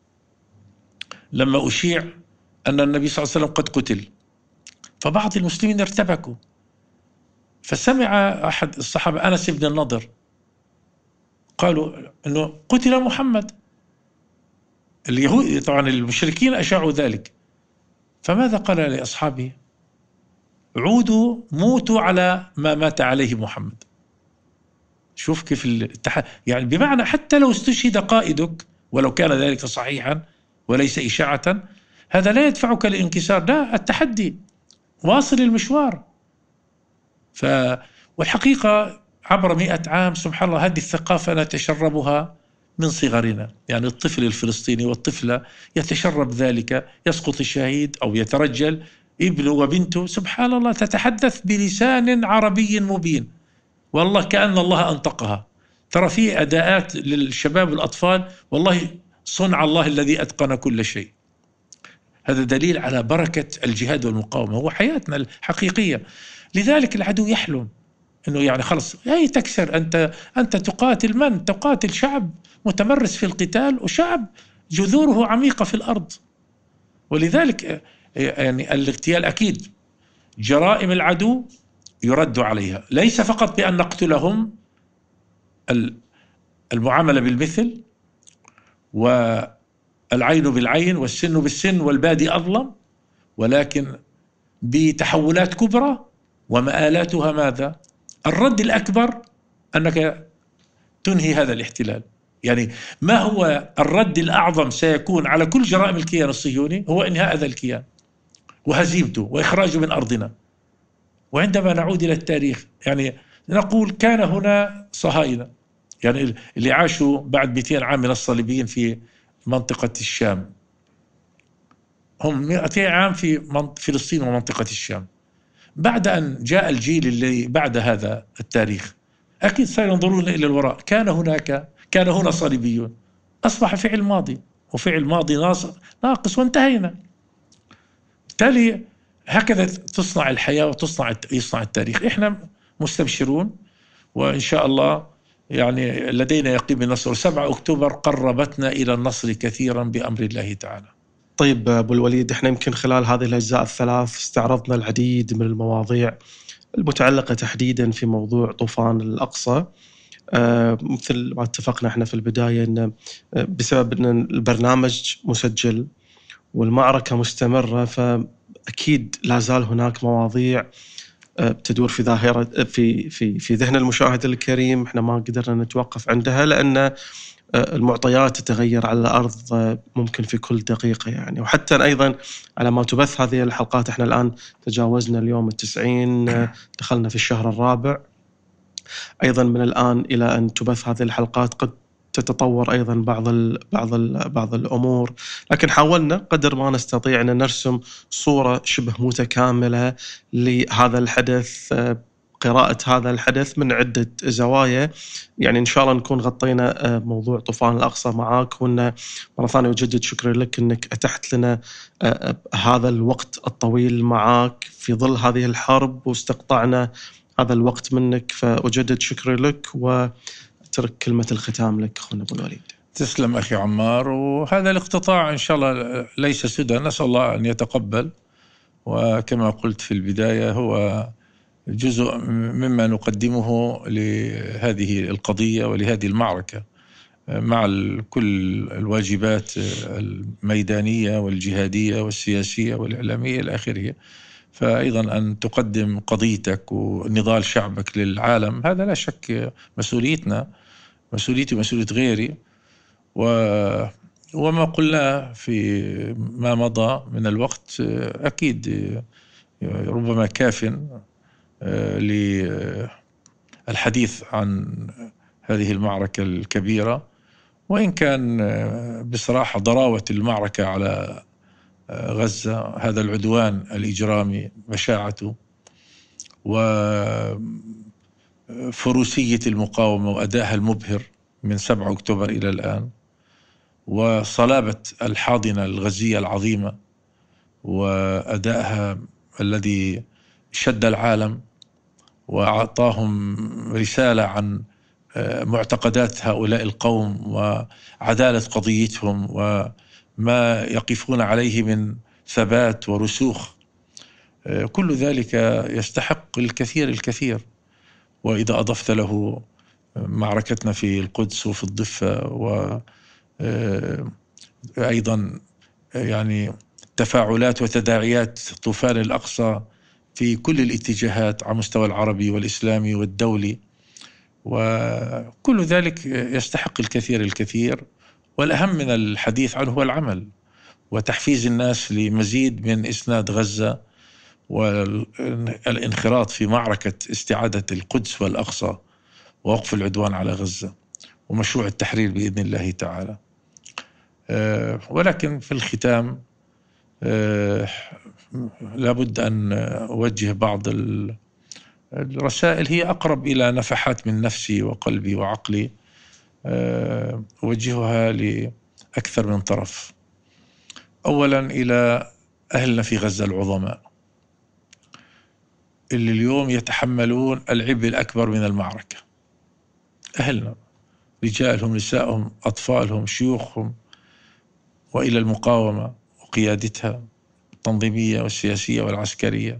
لما أشيع أن النبي صلى الله عليه وسلم قد قتل، فبعض المسلمين ارتبكوا، فسمع أحد الصحابة أنس بن النضر قالوا أنه قتل محمد. اليهود طبعا المشركين أشاعوا ذلك، فماذا قال لأصحابه؟ عودوا موتوا على ما مات عليه محمد. شوف كيف التح... يعني بمعنى حتى لو استشهد قائدك ولو كان ذلك صحيحا وليس إشاعة، هذا لا يدفعك للانكسار، لا، التحدي، واصل المشوار. ف... والحقيقة عبر مئة عام سبحان الله هذه الثقافة نتشربها من صغرنا. يعني الطفل الفلسطيني والطفلة يتشرب ذلك، يسقط الشهيد أو يترجل ابنه وبنته، سبحان الله تتحدث بلسان عربي مبين، والله كأن الله أنطقها. ترى في أداءات للشباب والأطفال، والله صنع الله الذي أتقن كل شيء. هذا دليل على بركة الجهاد والمقاومة، هو حياتنا الحقيقية. لذلك العدو يحلم أنه يعني خلص هي تكسر، أنت أنت تقاتل من؟ تقاتل شعب متمرس في القتال، وشعب جذوره عميقة في الأرض. ولذلك يعني الاغتيال أكيد جرائم العدو يرد عليها، ليس فقط بأن نقتلهم، المعاملة بالمثل والعين بالعين والسن بالسن والبادي أظلم، ولكن بتحولات كبرى ومآلاتها ماذا؟ الرد الأكبر أنك تنهي هذا الاحتلال. يعني ما هو الرد الأعظم سيكون على كل جرائم الكيان الصهيوني؟ هو إنهاء هذا الكيان وهزيمته وإخراجه من أرضنا. وعندما نعود إلى التاريخ يعني نقول كان هنا صهاينة، يعني اللي عاشوا بعد مئتين عام من الصليبيين في منطقة الشام، هم مئتين عام في فلسطين ومنطقة الشام. بعد أن جاء الجيل اللي بعد هذا التاريخ أكيد سينظرون إلى الوراء، كان هناك كان هنا صليبيون، أصبح فعل ماضي، وفعل ماضي ناقص وانتهينا. بالتالي هكذا تصنع الحياة وتصنع يصنع التاريخ. إحنا مستبشرون وإن شاء الله يعني لدينا يقين بالنصر. سبعة أكتوبر قربتنا إلى النصر كثيرا بأمر الله تعالى. طيب أبو الوليد، إحنا يمكن خلال هذه الأجزاء الثلاث استعرضنا العديد من المواضيع المتعلقة تحديدا في موضوع طوفان الأقصى. آه مثل ما اتفقنا احنا في البداية أن بسبب أن البرنامج مسجل والمعركة مستمرة، فأكيد لا زال هناك مواضيع تدور في ظاهرة في في في ذهن المشاهد الكريم، احنا ما قدرنا نتوقف عندها لأن المعطيات تتغير على الأرض ممكن في كل دقيقة يعني. وحتى أيضا على ما تبث هذه الحلقات احنا الآن تجاوزنا اليوم التسعين، دخلنا في الشهر الرابع. أيضا من الآن إلى أن تبث هذه الحلقات قد تتطور أيضا بعض ال بعض ال بعض الأمور، لكن حاولنا قدر ما نستطيع أن نرسم صورة شبه متكاملة لهذا الحدث، قراءة هذا الحدث من عدة زوايا. يعني إن شاء الله نكون غطينا موضوع طوفان الأقصى معاك، وأن مرة ثانية أجدد شكري لك أنك أتحت لنا هذا الوقت الطويل معاك في ظل هذه الحرب واستقطعنا هذا الوقت منك، فأجدد شكري لك وأترك كلمة الختام لك أخونا أبو الوليد. تسلم أخي عمار. وهذا الاقتطاع إن شاء الله ليس سدى، نسأل الله أن يتقبل، وكما قلت في البداية هو جزء مما نقدمه لهذه القضية ولهذه المعركة مع كل الواجبات الميدانية والجهادية والسياسية والإعلامية إلى آخره. فأيضا أن تقدم قضيتك ونضال شعبك للعالم هذا لا شك مسؤوليتنا، مسؤوليتي ومسؤولية غيري. وما قلنا في ما مضى من الوقت أكيد ربما كاف للحديث عن هذه المعركة الكبيرة، وإن كان بصراحة ضراوة المعركة على غزة، هذا العدوان الإجرامي بشاعته وفروسية المقاومة وأدائها المبهر من سبعة أكتوبر إلى الآن، وصلابة الحاضنة الغزية العظيمة وأدائها الذي شد العالم وأعطاهم رسالة عن معتقدات هؤلاء القوم وعدالة قضيتهم وما يقفون عليه من ثبات ورسوخ. كل ذلك يستحق الكثير الكثير. وإذا أضفت له معركتنا في القدس وفي الضفة، وأيضا يعني تفاعلات وتداعيات طوفان الأقصى في كل الاتجاهات على مستوى العربي والإسلامي والدولي، وكل ذلك يستحق الكثير الكثير. والأهم من الحديث عنه هو العمل وتحفيز الناس لمزيد من إسناد غزة والانخراط في معركة استعادة القدس والأقصى ووقف العدوان على غزة ومشروع التحرير بإذن الله تعالى. ولكن في الختام لابد أن أوجه بعض الرسائل هي أقرب إلى نفحات من نفسي وقلبي وعقلي، أوجهها لأكثر من طرف. أولا إلى أهلنا في غزة العظماء اللي اليوم يتحملون العبء الأكبر من المعركة، أهلنا، رجالهم، نسائهم، أطفالهم، شيوخهم، وإلى المقاومة وقيادتها التنظيمية والسياسية والعسكرية،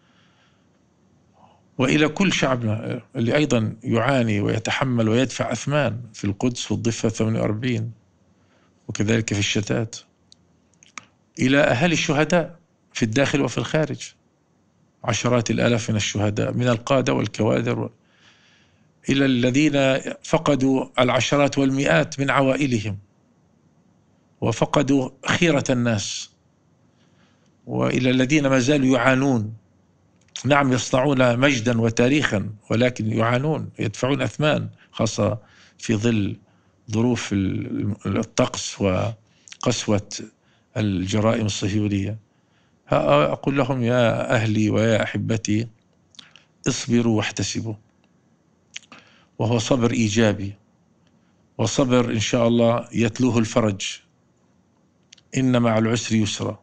وإلى كل شعبنا اللي أيضا يعاني ويتحمل ويدفع أثمان في القدس والضفة ثمانية وأربعين وكذلك في الشتات، إلى أهالي الشهداء في الداخل وفي الخارج، عشرات الآلاف من الشهداء من القادة والكوادر، إلى الذين فقدوا العشرات والمئات من عوائلهم وفقدوا خيرة الناس، وإلى الذين ما زالوا يعانون. نعم يصنعون مجدا وتاريخا ولكن يعانون، يدفعون أثمان، خاصة في ظل ظروف الطقس وقسوة الجرائم الصهيونية. أقول لهم يا أهلي ويا أحبتي اصبروا واحتسبوا، وهو صبر إيجابي، وصبر إن شاء الله يتلوه الفرج، إن مع العسر يسرا،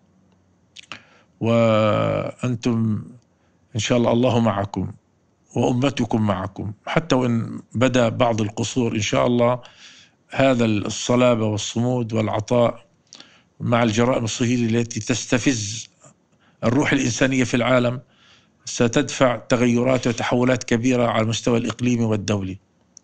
وأنتم إن شاء الله الله معكم وأمتكم معكم، حتى وإن بدأ بعض القصور إن شاء الله هذا الصلابة والصمود والعطاء مع الجرائم الصهيونية التي تستفز الروح الإنسانية في العالم ستدفع تغيرات وتحولات كبيرة على المستوى الإقليمي والدولي،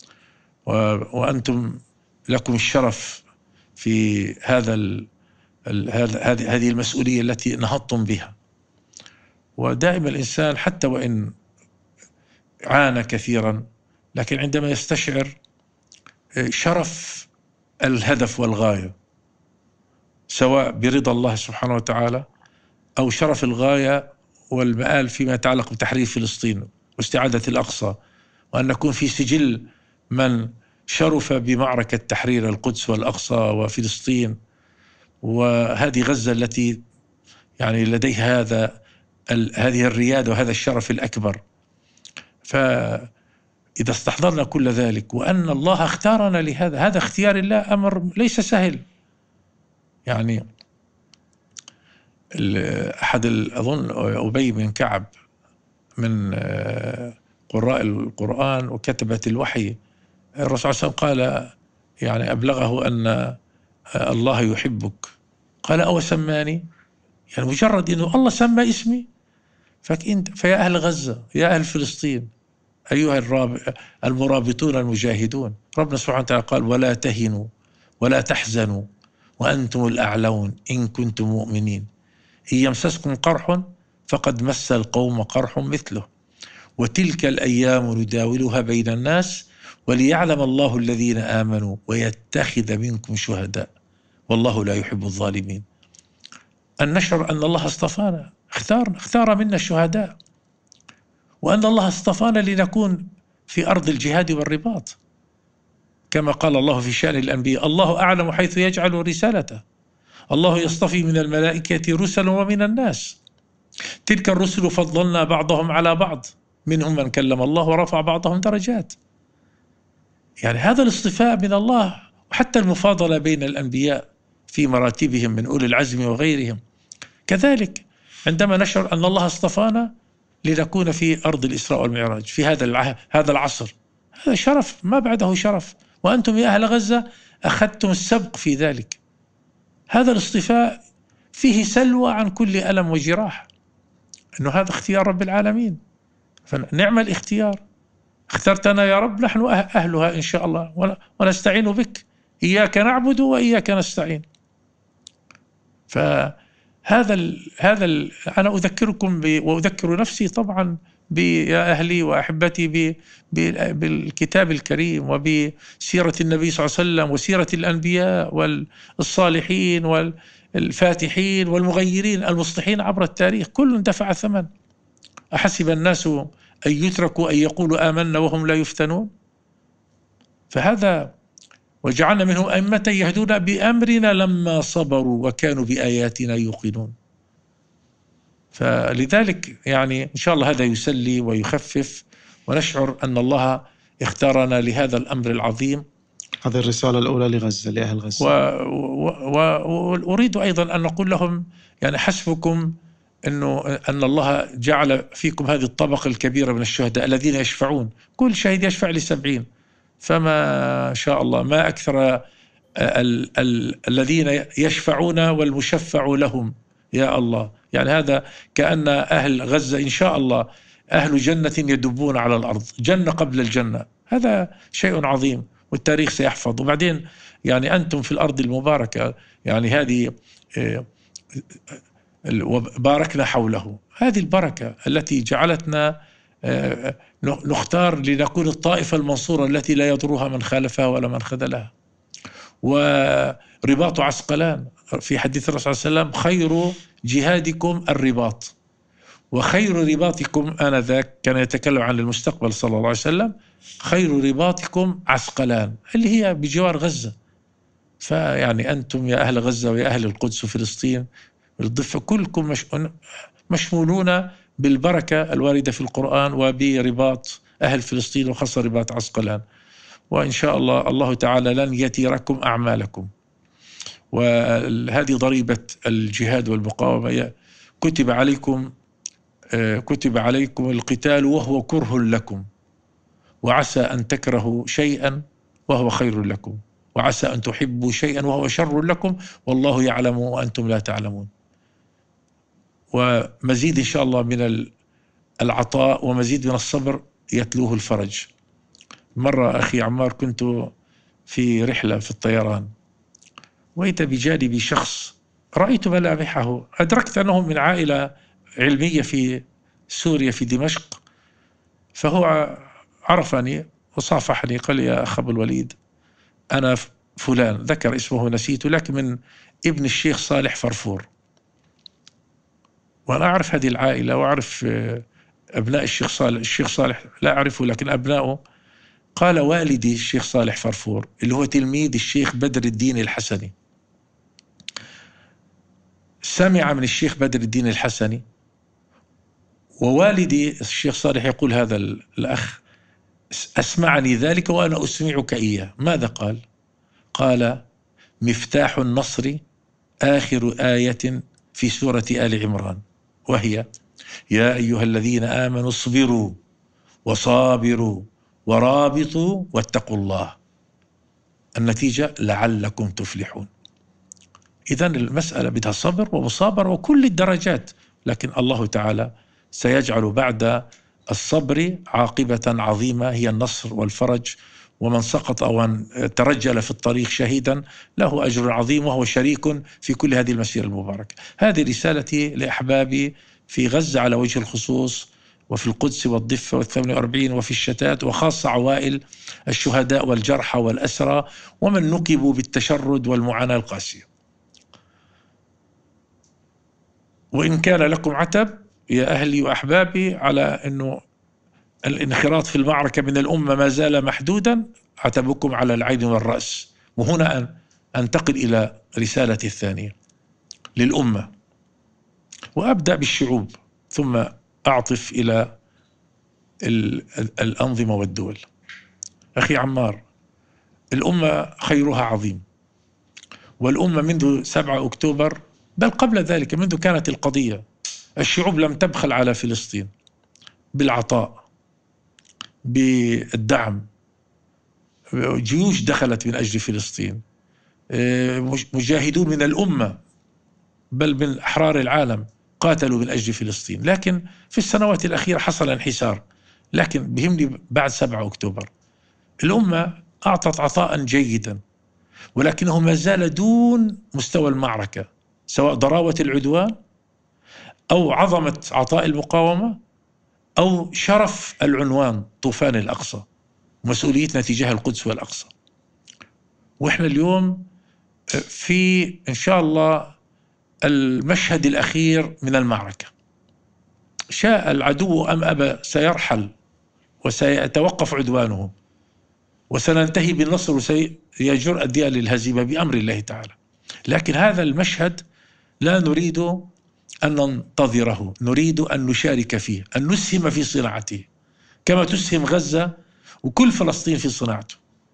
وأنتم لكم الشرف في هذا هذه هذه المسؤولية التي نهضتم بها. ودائما الإنسان حتى وإن عانى كثيرا، لكن عندما يستشعر شرف الهدف والغاية، سواء برضا الله سبحانه وتعالى أو شرف الغاية والمآل فيما يتعلق بتحرير فلسطين واستعادة الأقصى، وأن نكون في سجل من شرف بمعركة تحرير القدس والأقصى وفلسطين، وهذه غزة التي يعني لديها هذا هذه الريادة وهذا الشرف الأكبر. فإذا استحضرنا كل ذلك وأن الله اختارنا لهذا، هذا اختيار الله أمر ليس سهل. يعني أحد أظن أبي بن كعب من قراء القرآن وكتبة الوحي، الرسول صلى الله عليه وسلم قال يعني أبلغه أن الله يحبك، قال أو سماني، يعني مجرد أنه الله سمى اسمي. فأنت فيا أهل غزة، يا أهل فلسطين، أيها المرابطون المجاهدون، ربنا سبحانه وتعالى قال ولا تهنوا ولا تحزنوا وأنتم الأعلون إن كنتم مؤمنين، إن يمسسكم قرح فقد مس القوم قرح مثله وتلك الأيام نداولها بين الناس وليعلم الله الذين آمنوا ويتخذ منكم شهداء والله لا يحب الظالمين. أن نشعر أن الله اصطفانا، اختار اختار منا الشهداء، وأن الله اصطفانا لنكون في أرض الجهاد والرباط، كما قال الله في شأن الأنبياء الله أعلم حيث يجعل رسالته، الله يصطفي من الملائكة رسلا ومن الناس، تلك الرسل فضلنا بعضهم على بعض، منهم من كلم الله ورفع بعضهم درجات. يعني هذا الاصطفاء من الله، وحتى المفاضلة بين الأنبياء في مراتبهم من أولي العزم وغيرهم. كذلك عندما نشعر أن الله اصطفانا لنكون في أرض الإسراء والمعراج في هذا هذا العصر، هذا شرف ما بعده شرف، وأنتم يا أهل غزة أخذتم السبق في ذلك. هذا الاصطفاء فيه سلوى عن كل ألم وجراح، أنه هذا اختيار رب العالمين، فنعم الاختيار. اخترتنا يا رب، نحن أهلها إن شاء الله، ونستعين بك، إياك نعبد وإياك نستعين. فهذا ال هذا ال أنا أذكركم وأذكر نفسي طبعا يا أهلي وأحبتي بالكتاب الكريم وبسيرة النبي صلى الله عليه وسلم وسيرة الأنبياء والصالحين والفاتحين والمغيرين المصلحين عبر التاريخ، كل دفع ثمن. أحسب الناس أن يتركوا أن يقولوا آمنا وهم لا يفتنون؟ فهذا وجعلنا منهم أئمة يهدون بأمرنا لما صبروا وكانوا بآياتنا يوقنون. فلذلك يعني إن شاء الله هذا يسلي ويخفف، ونشعر أن الله اختارنا لهذا الأمر العظيم. هذه الرسالة الأولى لغزة، لأهل غزة. وأريد أيضا أن نقول لهم يعني حسبكم أنه أن الله جعل فيكم هذه الطبقة الكبيرة من الشهداء الذين يشفعون، كل شهيد يشفع لسبعين، فما شاء الله ما أكثر ال ال الذين يشفعون والمشفع لهم يا الله. يعني هذا كأن أهل غزة إن شاء الله أهل جنة يدبون على الأرض، جنة قبل الجنة، هذا شيء عظيم والتاريخ سيحفظ. وبعدين يعني أنتم في الأرض المباركة، يعني هذه وباركنا حوله، هذه البركة التي جعلتنا نختار لنكون الطائفة المنصورة التي لا يضرها من خالفها ولا من خذلها. ورباط عسقلان في حديث الرسول صلى الله عليه وسلم: خير جهادكم الرباط، وخير رباطكم آنذاك كان يتكلم عن المستقبل صلى الله عليه وسلم: خير رباطكم عسقلان، اللي هي بجوار غزة. فيعني أنتم يا أهل غزة ويا أهل القدس وفلسطين بالضفة كلكم مشمولون بالبركة الواردة في القرآن وبرباط أهل فلسطين وخاصة رباط عسقلان. وإن شاء الله الله تعالى لن يتركم أعمالكم، وهذه ضريبة الجهاد والمقاومة. كتب عليكم كتب عليكم القتال وهو كره لكم، وعسى أن تكرهوا شيئا وهو خير لكم، وعسى أن تحبوا شيئا وهو شر لكم، والله يعلم وأنتم لا تعلمون. ومزيد إن شاء الله من العطاء ومزيد من الصبر يتلوه الفرج. مرة أخي عمار كنت في رحلة في الطيران، وإذا بجانبي شخص رأيت ملامحه، أدركت أنه من عائلة علمية في سوريا في دمشق، فهو عرفني وصافحني، قال لي: يا أخ أبو الوليد، أنا فلان، ذكر اسمه نسيته، لكن من ابن الشيخ صالح فرفور. وأنا أعرف هذه العائلة وأعرف أبناء الشيخ صالح. الشيخ صالح لا أعرفه لكن أبنائه. قال: والدي الشيخ صالح فرفور اللي هو تلميذ الشيخ بدر الدين الحسني، سمع من الشيخ بدر الدين الحسني، ووالدي الشيخ صالح يقول: هذا الأخ أسمعني ذلك وأنا أسمعك إياه. ماذا قال؟ قال: مفتاح النصر آخر آية في سورة آل عمران، وهي: يا أيها الذين آمنوا اصبروا وصابروا ورابطوا واتقوا الله، النتيجة لعلكم تفلحون. إذن المسألة بدها صبر ومصابرة وكل الدرجات، لكن الله تعالى سيجعل بعد الصبر عاقبة عظيمة هي النصر والفرج. ومن سقط أو ترجل في الطريق شهيدا له أجر عظيم، وهو شريك في كل هذه المسيرة المباركة. هذه رسالتي لأحبابي في غزة على وجه الخصوص، وفي القدس والضفة والثمانية وأربعين وفي الشتات، وخاصة عوائل الشهداء والجرحى والأسرى ومن نكبوا بالتشرد والمعاناة القاسية. وإن كان لكم عتب يا أهلي وأحبابي على أنه الانخراط في المعركة من الأمة ما زال محدودا، عتبكم على العين والرأس. وهنا أن أنتقل إلى رسالتي الثانية. للأمة، وأبدأ بالشعوب ثم أعطف إلى الأنظمة والدول. أخي عمار، الأمة خيرها عظيم، والأمة منذ سبعة أكتوبر بل قبل ذلك منذ كانت القضية الشعوب لم تبخل على فلسطين بالعطاء، بالدعم، جيوش دخلت من أجل فلسطين، مجاهدون من الأمة بل من أحرار العالم قاتلوا من أجل فلسطين. لكن في السنوات الأخيرة حصل انحسار، لكن بهمني بعد سبعة أكتوبر الأمة أعطت عطاء جيدا، ولكنه ما زال دون مستوى المعركة، سواء ضراوة العدوان أو عظمة عطاء المقاومة أو شرف العنوان طوفان الأقصى، مسؤوليتنا تجاه القدس والأقصى. وإحنا اليوم في إن شاء الله المشهد الأخير من المعركة، شاء العدو أم أبى سيرحل وسيتوقف عدوانه، وسننتهي بالنصر وسيجر الديار للهزيمة بأمر الله تعالى. لكن هذا المشهد لا نريد أن ننتظره، نريد أن نشارك فيه، أن نسهم في صناعته كما تسهم غزة وكل فلسطين في صناعته.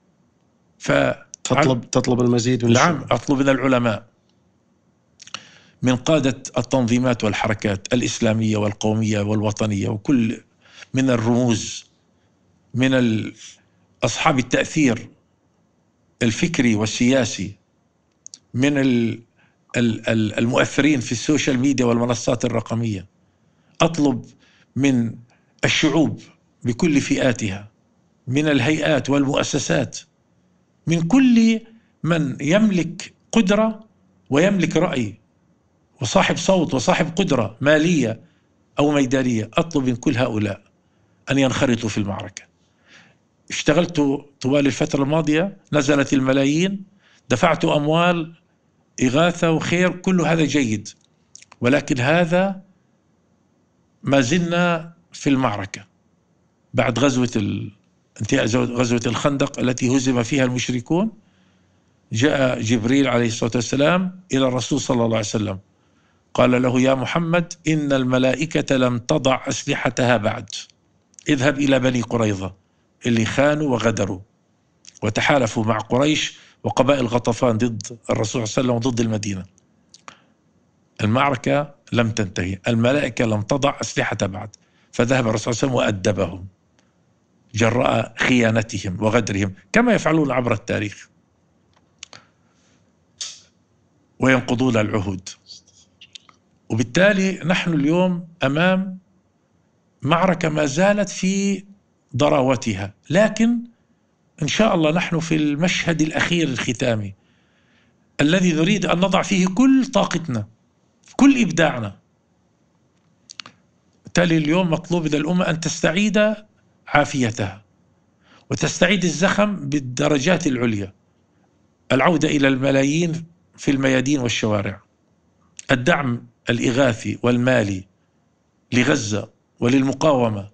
فتطلب تطلب المزيد من نعم، أطلب من العلماء، من قادة التنظيمات والحركات الإسلامية والقومية والوطنية، وكل من الرموز، من أصحاب التأثير الفكري والسياسي، من المؤثرين في السوشيال ميديا والمنصات الرقمية. أطلب من الشعوب بكل فئاتها، من الهيئات والمؤسسات، من كل من يملك قدرة ويملك رأي وصاحب صوت وصاحب قدرة مالية أو ميدانية، أطلب من كل هؤلاء أن ينخرطوا في المعركة. اشتغلت طوال الفترة الماضية، نزلت الملايين، دفعت أموال إغاثة وخير، كل هذا جيد، ولكن هذا ما زلنا في المعركة. بعد غزوة ال... انتهاء غزوة الخندق التي هزم فيها المشركون، جاء جبريل عليه الصلاة والسلام إلى الرسول صلى الله عليه وسلم، قال له: يا محمد، إن الملائكة لم تضع أسلحتها بعد، اذهب إلى بني قريظة اللي خانوا وغدروا وتحالفوا مع قريش وقبائل غطفان ضد الرسول صلى الله عليه وسلم وضد المدينة. المعركة لم تنتهي، الملائكة لم تضع أسلحتها بعد. فذهب الرسول صلى الله عليه وسلم وأدبهم جراء خيانتهم وغدرهم كما يفعلون عبر التاريخ، وينقضون العهود. وبالتالي نحن اليوم أمام معركة ما زالت في ضراوتها، لكن إن شاء الله نحن في المشهد الأخير الختامي الذي نريد أن نضع فيه كل طاقتنا، كل إبداعنا. بالتالي اليوم مطلوب من الأمة أن تستعيد عافيتها وتستعيد الزخم بالدرجات العليا، العودة إلى الملايين في الميادين والشوارع، الدعم الإغاثي والمالي لغزة وللمقاومة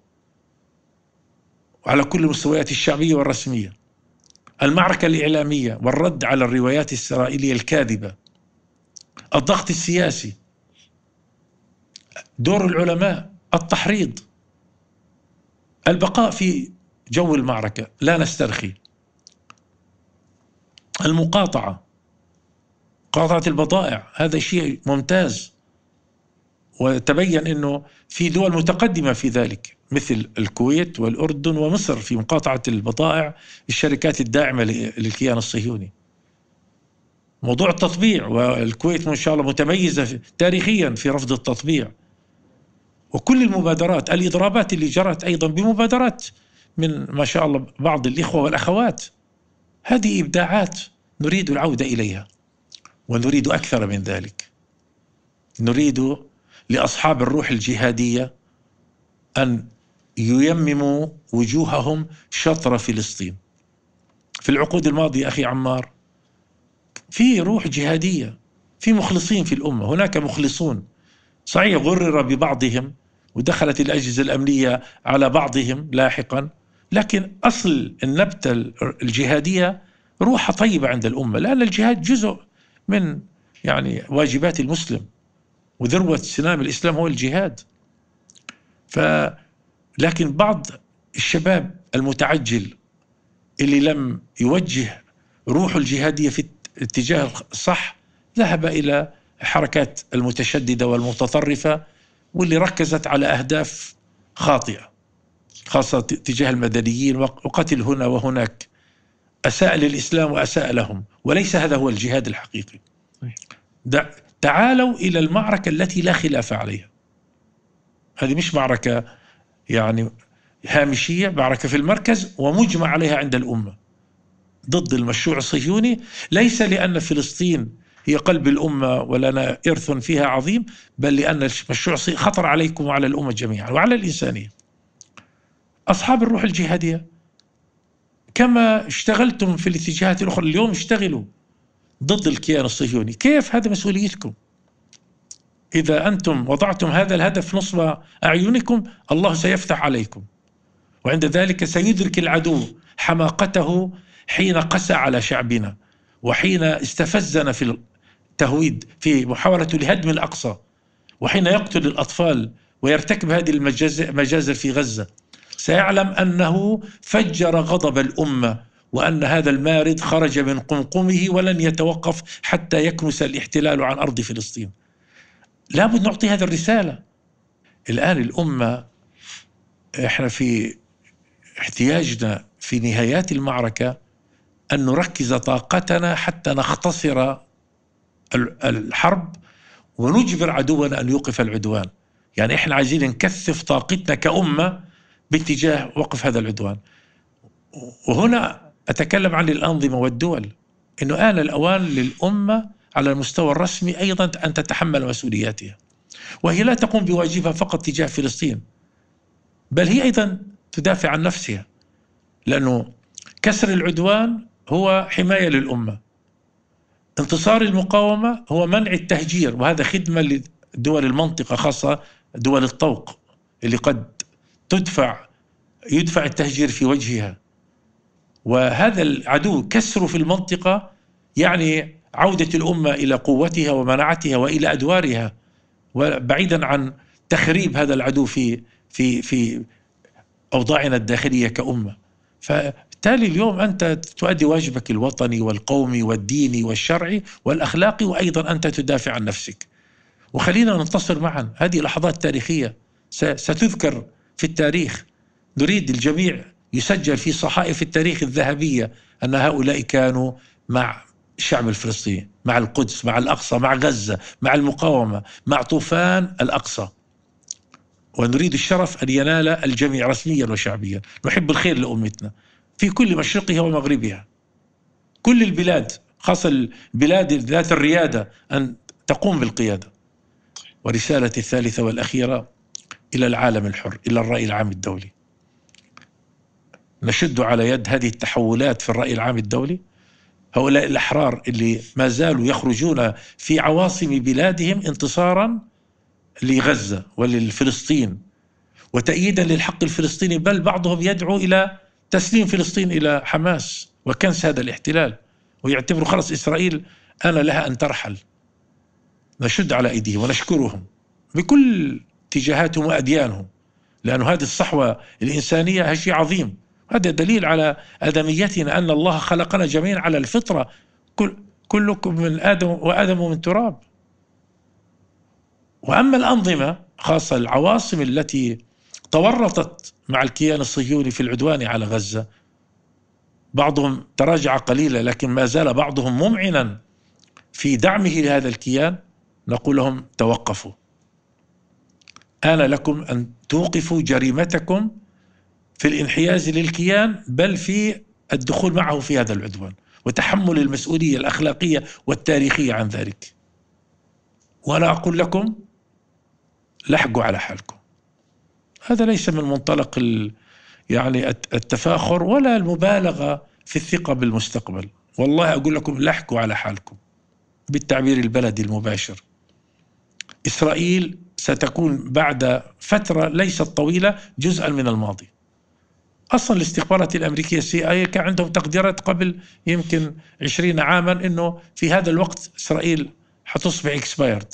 وعلى كل المستويات الشعبية والرسمية، المعركة الإعلامية والرد على الروايات الإسرائيلية الكاذبة، الضغط السياسي، دور العلماء، التحريض، البقاء في جو المعركة، لا نسترخي، المقاطعة، مقاطعة البضائع، هذا شيء ممتاز، وتبين أنه في دول متقدمة في ذلك مثل الكويت والأردن ومصر في مقاطعة البضائع الشركات الداعمة للكيان الصهيوني. موضوع التطبيع، والكويت ما شاء الله متميزة تاريخيا في رفض التطبيع، وكل المبادرات، الإضرابات اللي جرت أيضا بمبادرات من ما شاء الله بعض الإخوة والأخوات. هذه إبداعات نريد العودة إليها، ونريد أكثر من ذلك. نريد لأصحاب الروح الجهادية أن ييمموا وجوههم شطر فلسطين. في العقود الماضية أخي عمار في روح جهادية، في مخلصين في الأمة، هناك مخلصون، صحيح غرر ببعضهم ودخلت الأجهزة الأمنية على بعضهم لاحقا، لكن أصل النبتة الجهادية روح طيبة عند الأمة، لأن الجهاد جزء من يعني واجبات المسلم، وذروة سنام الإسلام هو الجهاد. ف لكن بعض الشباب المتعجل اللي لم يوجه روح الجهادية في الاتجاه الصح ذهب إلى حركات المتشددة والمتطرفة، واللي ركزت على أهداف خاطئة خاصة تجاه المدنيين، وقتل هنا وهناك، أساء للإسلام وأساء لهم، وليس هذا هو الجهاد الحقيقي. تعالوا إلى المعركة التي لا خلاف عليها. هذه مش معركة يعني هامشية، معركة في المركز ومجمع عليها عند الأمة ضد المشروع الصهيوني، ليس لأن فلسطين هي قلب الأمة ولنا إرث فيها عظيم، بل لأن المشروع الصهيوني خطر عليكم وعلى الأمة جميعا وعلى الإنسانية. أصحاب الروح الجهادية كما اشتغلتم في الاتجاهات الأخرى اليوم اشتغلوا ضد الكيان الصهيوني. كيف؟ هذا مسؤوليتكم. إذا أنتم وضعتم هذا الهدف نصب أعينكم الله سيفتح عليكم، وعند ذلك سيدرك العدو حماقته حين قسى على شعبنا، وحين استفزنا في التهويد في محاولة لهدم الأقصى، وحين يقتل الأطفال ويرتكب هذه المجازر في غزة. سيعلم أنه فجر غضب الأمة، وأن هذا المارد خرج من قمقمه ولن يتوقف حتى يكنس الاحتلال عن أرض فلسطين. لابد نعطي هذه الرسالة. الآن الأمة إحنا في احتياجنا في نهايات المعركة أن نركز طاقتنا حتى نختصر الحرب ونجبر عدونا أن يوقف العدوان. يعني إحنا عايزين نكثف طاقتنا كأمة باتجاه وقف هذا العدوان. وهنا أتكلم عن الأنظمة والدول، إنه آن الأوان للأمة على المستوى الرسمي أيضا أن تتحمل مسؤولياتها، وهي لا تقوم بواجبها فقط تجاه فلسطين، بل هي أيضا تدافع عن نفسها، لأنه كسر العدوان هو حماية للأمة، انتصار المقاومة هو منع التهجير، وهذا خدمة لدول المنطقة خاصة دول الطوق اللي قد تدفع يدفع التهجير في وجهها. وهذا العدو كسره في المنطقة يعني عودة الأمة إلى قوتها ومناعتها وإلى أدوارها، وبعيدا عن تخريب هذا العدو في في في أوضاعنا الداخلية كأمة. فبالتالي اليوم أنت تؤدي واجبك الوطني والقومي والديني والشرعي والأخلاقي، وأيضا أنت تدافع عن نفسك. وخلينا ننتصر معا. هذه لحظات تاريخية ستذكر في التاريخ. نريد الجميع يسجل في صحائف التاريخ الذهبية أن هؤلاء كانوا مع الشعب الفلسطيني، مع القدس، مع الأقصى، مع غزة، مع المقاومة، مع طوفان الأقصى. ونريد الشرف أن ينال الجميع رسميا وشعبيا. نحب الخير لأمتنا في كل مشرقها ومغربها، كل البلاد، خاصة البلاد ذات الريادة أن تقوم بالقيادة. ورسالة الثالثة والأخيرة إلى العالم الحر، إلى الرأي العام الدولي. نشد على يد هذه التحولات في الرأي العام الدولي. هؤلاء الأحرار اللي ما زالوا يخرجون في عواصم بلادهم انتصارا لغزة وللفلسطين وتأييدا للحق الفلسطيني، بل بعضهم يدعو إلى تسليم فلسطين إلى حماس وكنس هذا الاحتلال، ويعتبروا خلص إسرائيل آن لها أن ترحل. نشد على أيديهم ونشكرهم بكل اتجاهاتهم وأديانهم، لأن هذه الصحوة الإنسانية شيء عظيم. هذا دليل على آدميتنا، أن الله خلقنا جميعا على الفطرة، كل كلكم من آدم وآدم من تراب. وأما الأنظمة خاصة العواصم التي تورطت مع الكيان الصهيوني في العدوان على غزة، بعضهم تراجع قليلا لكن ما زال بعضهم ممعنا في دعمه لهذا الكيان، نقول لهم توقفوا. آن لكم أن توقفوا جريمتكم في الانحياز للكيان، بل في الدخول معه في هذا العدوان وتحمل المسؤولية الأخلاقية والتاريخية عن ذلك. وأنا أقول لكم لحقوا على حالكم. هذا ليس من منطلق يعني التفاخر ولا المبالغة في الثقة بالمستقبل. والله أقول لكم لحقوا على حالكم بالتعبير البلدي المباشر. إسرائيل ستكون بعد فترة ليست طويلة جزءا من الماضي. أصلا الاستخبارات الأمريكية السي آي كان عندهم تقديرات قبل يمكن عشرين عاما أنه في هذا الوقت إسرائيل حتصبح اكسبايرد.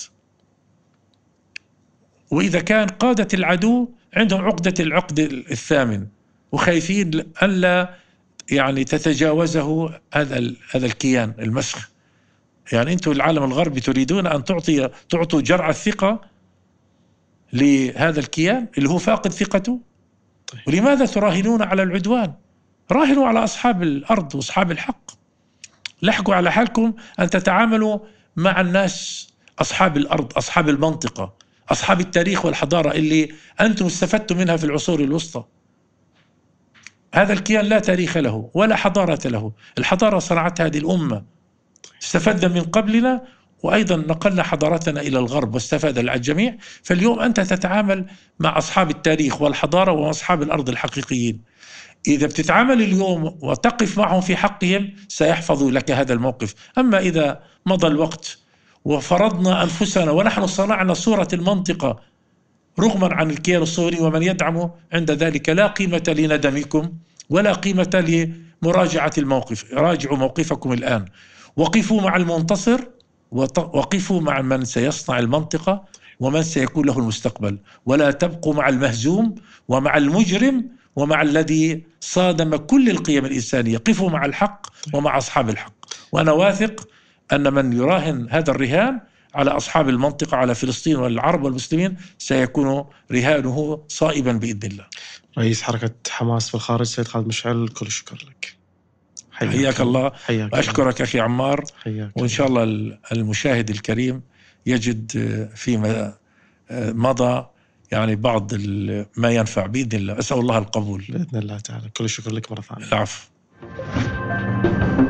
وإذا كان قادة العدو عندهم عقدة العقد الثامن وخايفين ألا يعني تتجاوزه هذا هذا الكيان المسخ. يعني أنتم العالم الغربي تريدون أن تعطي تعطوا جرعة ثقة لهذا الكيان اللي هو فاقد ثقته. ولماذا تراهنون على العدوان؟ راهنوا على أصحاب الأرض وأصحاب الحق. لحقوا على حالكم أن تتعاملوا مع الناس أصحاب الأرض، أصحاب المنطقة، أصحاب التاريخ والحضارة اللي أنتم استفدتم منها في العصور الوسطى. هذا الكيان لا تاريخ له ولا حضارة له. الحضارة صنعتها هذه الأمة، استفدنا من قبلنا وأيضا نقلنا حضارتنا إلى الغرب واستفاد الجميع. فاليوم أنت تتعامل مع أصحاب التاريخ والحضارة وأصحاب الأرض الحقيقيين. إذا بتتعامل اليوم وتقف معهم في حقهم سيحفظوا لك هذا الموقف. أما إذا مضى الوقت وفرضنا أنفسنا ونحن صنعنا صورة المنطقة رغما عن الكيان الصهيوني ومن يدعمه، عند ذلك لا قيمة لندمكم ولا قيمة لمراجعة الموقف. راجعوا موقفكم الآن، وقفوا مع المنتصر وقفوا مع من سيصنع المنطقة ومن سيكون له المستقبل، ولا تبقوا مع المهزوم ومع المجرم ومع الذي صادم كل القيم الإنسانية. قفوا مع الحق ومع أصحاب الحق. وأنا واثق أن من يراهن هذا الرهان على أصحاب المنطقة، على فلسطين والعرب والمسلمين، سيكون رهانه صائبا بإذن الله. رئيس حركة حماس في الخارج سيد خالد مشعل، كل شكر لك. حياك, حياك الله. حياك أشكرك أخي عمار. حياك. وإن شاء الله المشاهد الكريم يجد فيما مضى يعني بعض ما ينفع بإذن الله. أسأل الله القبول بإذن الله تعالى. كل شكر لك مرة ثانية. العفو.